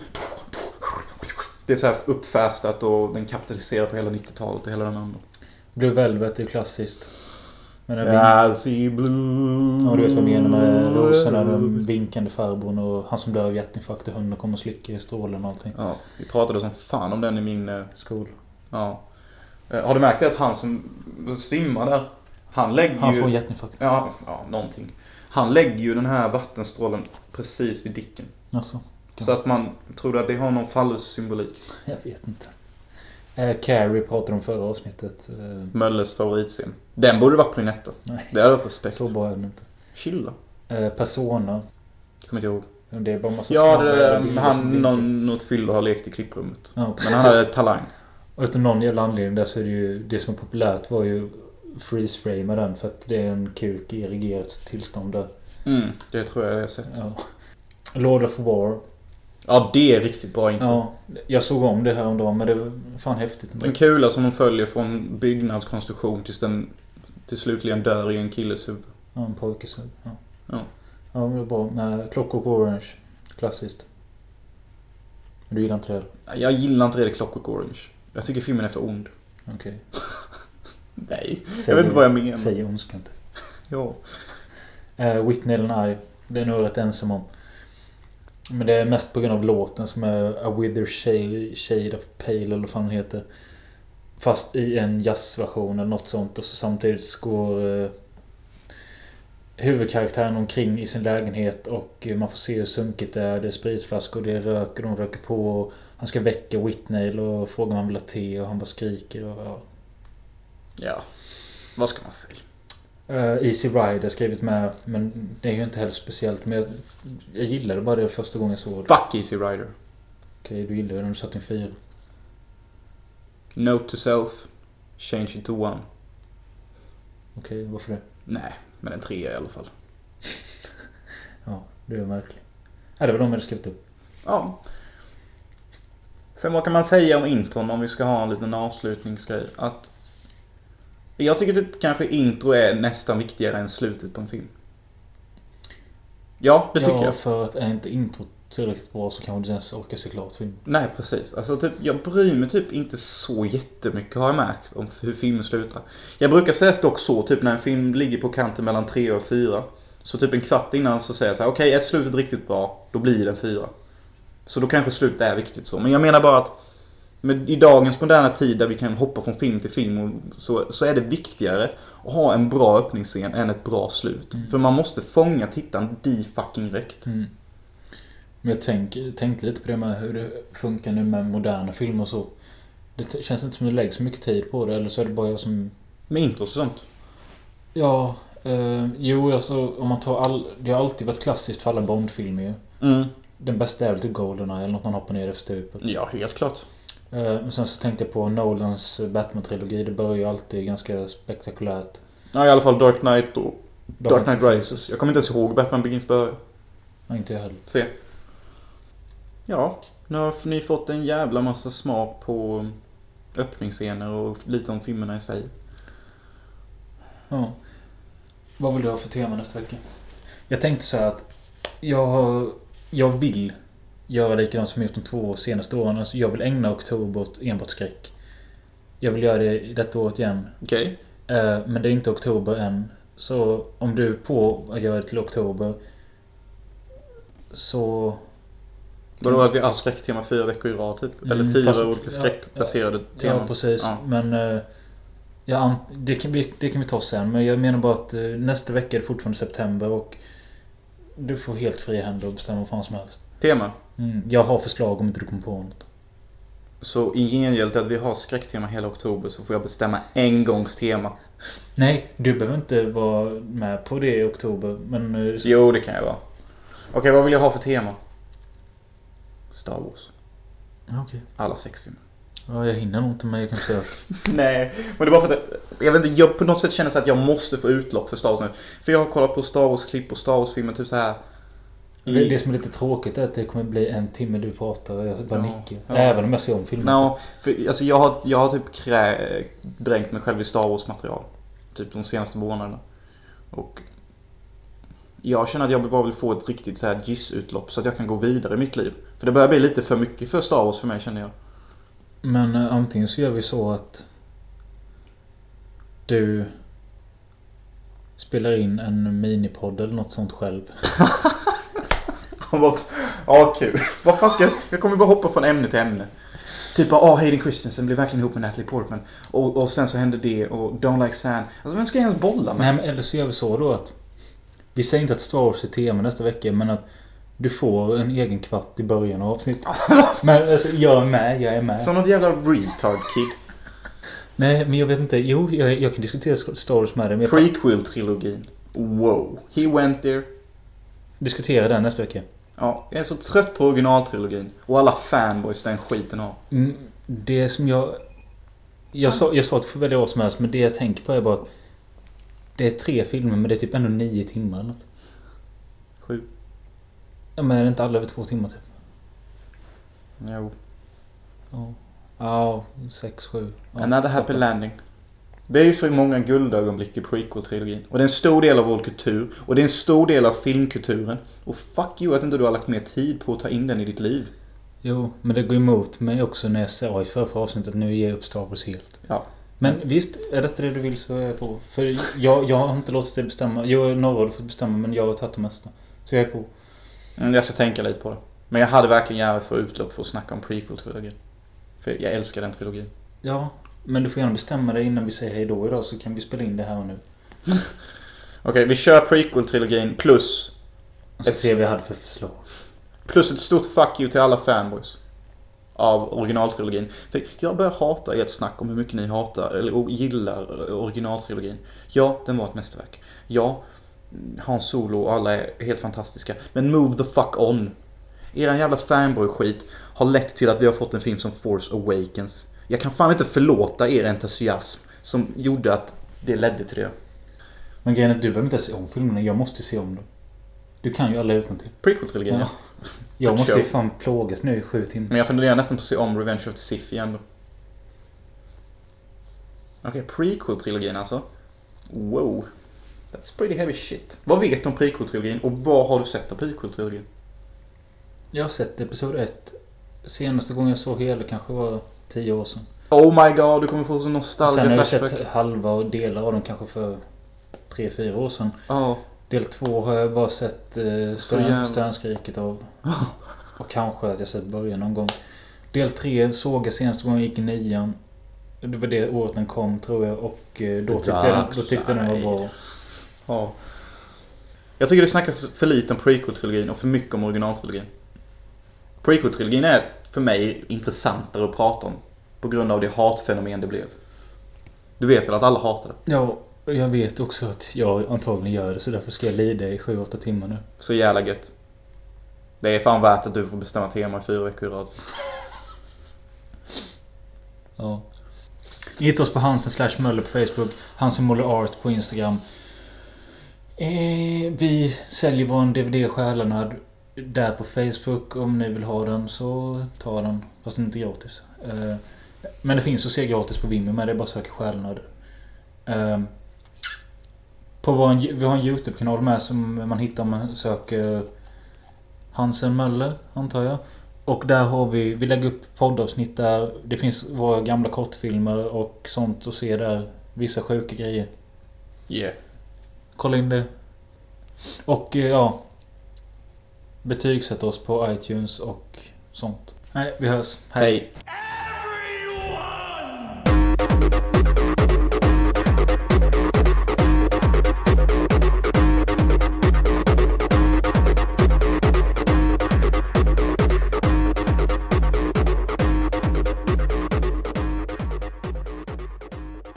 Det är så här uppfästat och den kapitaliserar på hela nittiotalet och hela den andra. Blue Velvet är ju klassiskt. Men I see blue. Ja, du vet vad jag menar med rosorna, den vinkande farbrorn och han som dör av hjärtinfarkt och hunden kommer och slickar i strålen och allting. Ja, vi pratade som fan om den i min uh, skol. Ja. Uh, har du märkt det att han som svimmar där, han lägger Han ju... får hjärtinfarkt. Ja, ja, någonting. Han lägger ju den här vattenstrålen precis vid dicken. Alltså, så att man tror att det har någon fallus-symbolik. Jag vet inte. Eh, Carrie pratade om förra avsnittet. Eh, Mölles favoritscen. Den borde varit på din etta. Nej. Det hade varit respekt. Så bra är den inte. Chilla. Eh, Persona. Kommer inte ihåg. Det är bara massa Ja, snabba det, bilder han som någon, något fyllo har lekt i klipprummet. Ja, men han hade talang. Och utan någon jävla anledning där så är det ju... Det som är populärt var ju freeze-frame den för att det är en kuk i erigerat tillstånd där. Mm, det tror jag jag har sett. Ja. Lord of War. Ja, det är riktigt bra intro. Ja, jag såg om det här om dagen, men det var fan häftigt. En kula som de följer från byggnadskonstruktion tills den till slutligen dör i en killes huvud. Ja, en pojkes huvud. Ja. Ja. Ja, det var bra. Med Clockwork Orange. Klassiskt. Men du gillar inte det? Jag gillar inte det Clockwork Orange. Jag tycker filmen är för ond. Okej. Okay. Nej, säg, jag vet inte vad jag menar. Säg ondskan inte. Ja. Uh, Whitney and I. Det är nog rätt ensam om. Men det är mest på grund av låten som är A Wither Shade, shade of Pale eller vad fan den heter. Fast i en jazzversion eller något sånt. Och så samtidigt går uh, huvudkaraktären omkring i sin lägenhet och uh, man får se hur sunkigt det är. Det är spritflaskor, det är rök och de röker på. Och han ska väcka Whitney och fråga om han vill ha te och han bara skriker. Och, ja. ja, vad ska man säga? Uh, Easy Rider skrivit med, men det är ju inte heller speciellt. Men jag, jag gillade bara det första gången jag såg det. Fuck Easy Rider. Okej, okay, du gillade det när du satt i en fyra. Note to self. Change it to one. Okej, okay, varför det? Nej, men en trea i alla fall. Ja, det är märkligt. Ja, det var de jag hade skrivit upp. Ja. Sen vad kan man säga om intron om vi ska ha en liten avslutningsgrej? Att jag tycker typ kanske intro är nästan viktigare än slutet på en film. Ja, det tycker ja, jag. För att är inte intro tillräckligt bra så kan man inte ens orka se klart film. Nej, precis. Alltså typ, jag bryr mig typ inte så jättemycket har jag märkt om hur filmen slutar. Jag brukar säga dock så, typ när en film ligger på kanten mellan tre och fyra. Så typ en kvart innan så säger jag så här: okej, okay, är slutet riktigt bra, då blir det en fyra. Så då kanske slutet är viktigt så. Men jag menar bara att men i dagens moderna tid där vi kan hoppa från film till film och så, så är det viktigare att ha en bra öppningsscen än ett bra slut. Mm. För man måste fånga tittaren di fucking rätt. Mm. Men jag tänk, tänkte lite på det med hur det funkar nu med moderna filmer och så. Det känns inte som att det läggs så mycket tid på det. Eller så är det bara jag som... Med intros och sånt. Ja, eh, jo alltså om man tar all... Det har alltid varit klassiskt för alla Bond-filmer ju. Mm. Den bästa är väl till Goldeneye eller något man hoppar ner efter stupet. Ja, helt klart. Men sen så tänkte jag på Nolans Batman-trilogi. Det börjar ju alltid ganska spektakulärt. Ja, i alla fall Dark Knight och Dark Knight Rises. Jag kommer inte ens ihåg Batman Begins börjar. Nej, inte jag heller. Se. Ja, nu har ni fått en jävla massa smak på öppningsscener och lite om filmerna i sig. Ja. Vad vill du ha för tema nästa vecka? Jag tänkte så här att jag, har, jag vill göra likadant som jag gjort de två senaste åren. Alltså jag vill ägna oktober åt enbart skräck. Jag vill göra det i detta året igen. Okej. Okay. Men det är inte oktober än. Så om du är på att göra det till oktober så... Vadå att vi har skräcktema fyra veckor i rad typ? Eller fyra fast, olika skräckbaserade ja, teman? Ja, precis. Ja. Men ja, det, kan vi, det kan vi ta sen. Men jag menar bara att nästa vecka är det fortfarande september och du får helt fria händer och bestämma vad fan som helst. Tema? Mm, jag har förslag om inte du kommer på något. Så i gengäld till att vi har skräcktema hela oktober så får jag bestämma en gångs tema. Nej, du behöver inte vara med på det i oktober. Men, jo, det kan jag vara. Okej, vad vill jag ha för tema? Star Wars. Okej. Okay. Alla sex filmer. Ja, jag hinner nog inte, men jag kan säga. Nej, men det var för att jag vet inte, jag på något sätt känner så att jag måste få utlopp för Star Wars nu. För jag har kollat på Star Wars-klipp och Star Wars-filmer typ så här. I... Det, det som är lite tråkigt är att det kommer bli en timme du pratar och jag bara ja, nickar. Ja. Även om jag ser om filmen. No, för, alltså jag har, jag har typ krä, dränkt mig själv i Star Wars-material. Typ de senaste månaderna. Och jag känner att jag bara vill få ett riktigt så här giss-utlopp så att jag kan gå vidare i mitt liv. För det börjar bli lite för mycket för Star Wars för mig, känner jag. Men äh, antingen så gör vi så att du spelar in en minipodd eller något sånt själv. Ja, kul. Vad fan ska jag... Jag kommer bara hoppa från ämne till ämne. Typ av, ah, Hayden Christensen blev verkligen ihop med Natalie Portman. Och, och sen så hände det och Don't Like Sand. Alltså vem ska jag ens bolla med? Nej, men eller så gör vi så då att vi säger inte att Star Wars är tema nästa vecka, men att du får en egen kvart i början av avsnittet. Men alltså, jag är med, jag är med. Som något jävla retard kid. Nej, men jag vet inte. Jo, jag, jag kan diskutera Star Wars med dig. Men Prequel-trilogin. Wow. He went there. Diskutera den nästa vecka. Ja, jag är så trött på originaltrilogin. Och alla fanboys den skiten har. Mm, det som jag... Jag sa, jag sa att du får välja vad som helst, men det jag tänker på är bara att det är tre filmer, men det är typ ändå nio timmar eller något. Sju. Ja, men är det inte alla över två timmar typ? Jo. Ja, ja sex, sju. Ja, Another Happy Landing. Det är så många guldögonblick i prequel-trilogin. Och det är en stor del av vår kultur. Och det är en stor del av filmkulturen. Och fuck you att inte du har lagt mer tid på att ta in den i ditt liv. Jo, men det går emot mig också när jag sa i förra avsnittet att nu ger jag upp Star Wars helt. Ja. Men visst, är detta det du vill så är jag på. För jag, jag har inte låtit dig bestämma. Jag är några har fått bestämma, men jag har tagit det mesta. Så jag är på. Mm, jag ska tänka lite på det. Men jag hade verkligen gärna få utlopp för att snacka om prequel-trilogin. För jag älskar den trilogin. Ja, men du får gärna bestämma dig innan vi säger hej då idag, så kan vi spela in det här och nu. Okej, okay, vi kör prequel-trilogin plus... Och så ett, ser vi hade för förslag. Plus ett stort fuck you till alla fanboys av originaltrilogin. För jag börjar hata ert snack om hur mycket ni hatar eller gillar originaltrilogin. Ja, den var ett mästerverk. Ja, Hans Solo och alla är helt fantastiska. Men move the fuck on. Eran jävla fanboy-skit har lett till att vi har fått en film som Force Awakens. Jag kan fan inte förlåta er entusiasm som gjorde att det ledde till det. Men grejen är att du behöver inte se om filmerna. Jag måste se om dem. Du kan ju alla utan till. Prequel-trilogin, ja. Jag måste ju fan plågas nu i sju timmar. Men jag funderar nästan på att se om Revenge of the Sith igen då. Okej, okay, prequel-trilogin alltså. Wow. That's pretty heavy shit. Vad vet du om prequel-trilogin och vad har du sett av prequel-trilogin? Jag har sett episod ett. Senaste gången jag såg hela kanske var tio år sedan. Oh my god, du kommer få så nostalgisk flashback. Sen har jag sett halva och delar av dem kanske för tre, fyra år sedan. Ja. Oh. Del två har jag bara sett eh, stön, stönskriket av. Och kanske att jag sett början någon gång. Del tre såg jag senaste gången jag gick i nian. Det var det året den kom tror jag. Och eh, då tyckte jag, då tyckte jag den var bra. Ja. Jag tycker det snackas för lite om prequel-trilogin och för mycket om originaltrilogin. Prequel-trilogin är för mig intressantare att prata om. På grund av det hatfenomen det blev. Du vet väl att alla hatar det? Ja, jag vet också att jag antagligen gör det. Så därför ska jag lida i sju åtta timmar nu. Så jävla gött. Det är fan värt att du får bestämma tema i fyra veckor i rad. Ja. Hitta oss på Hansen slash Möller på Facebook. Hansen Möller Art på Instagram. Eh, vi säljer vår D V D Själarna där på Facebook. Om ni vill ha den så ta den. Fast inte gratis. Eh, men det finns att se gratis på Vimeo. Men det är bara att söka Själarna. Eh, på vår, vi har en YouTube-kanal med som man hittar om man söker Hansen Möller antar jag. Och där har vi, vi lägger upp poddavsnitt där. Det finns våra gamla kortfilmer och sånt att se där. Vissa sjuka grejer. Yeah. Kolla in det. Och ja. Betygsätt oss på iTunes och sånt. Nej, vi hörs. Hej. Hej.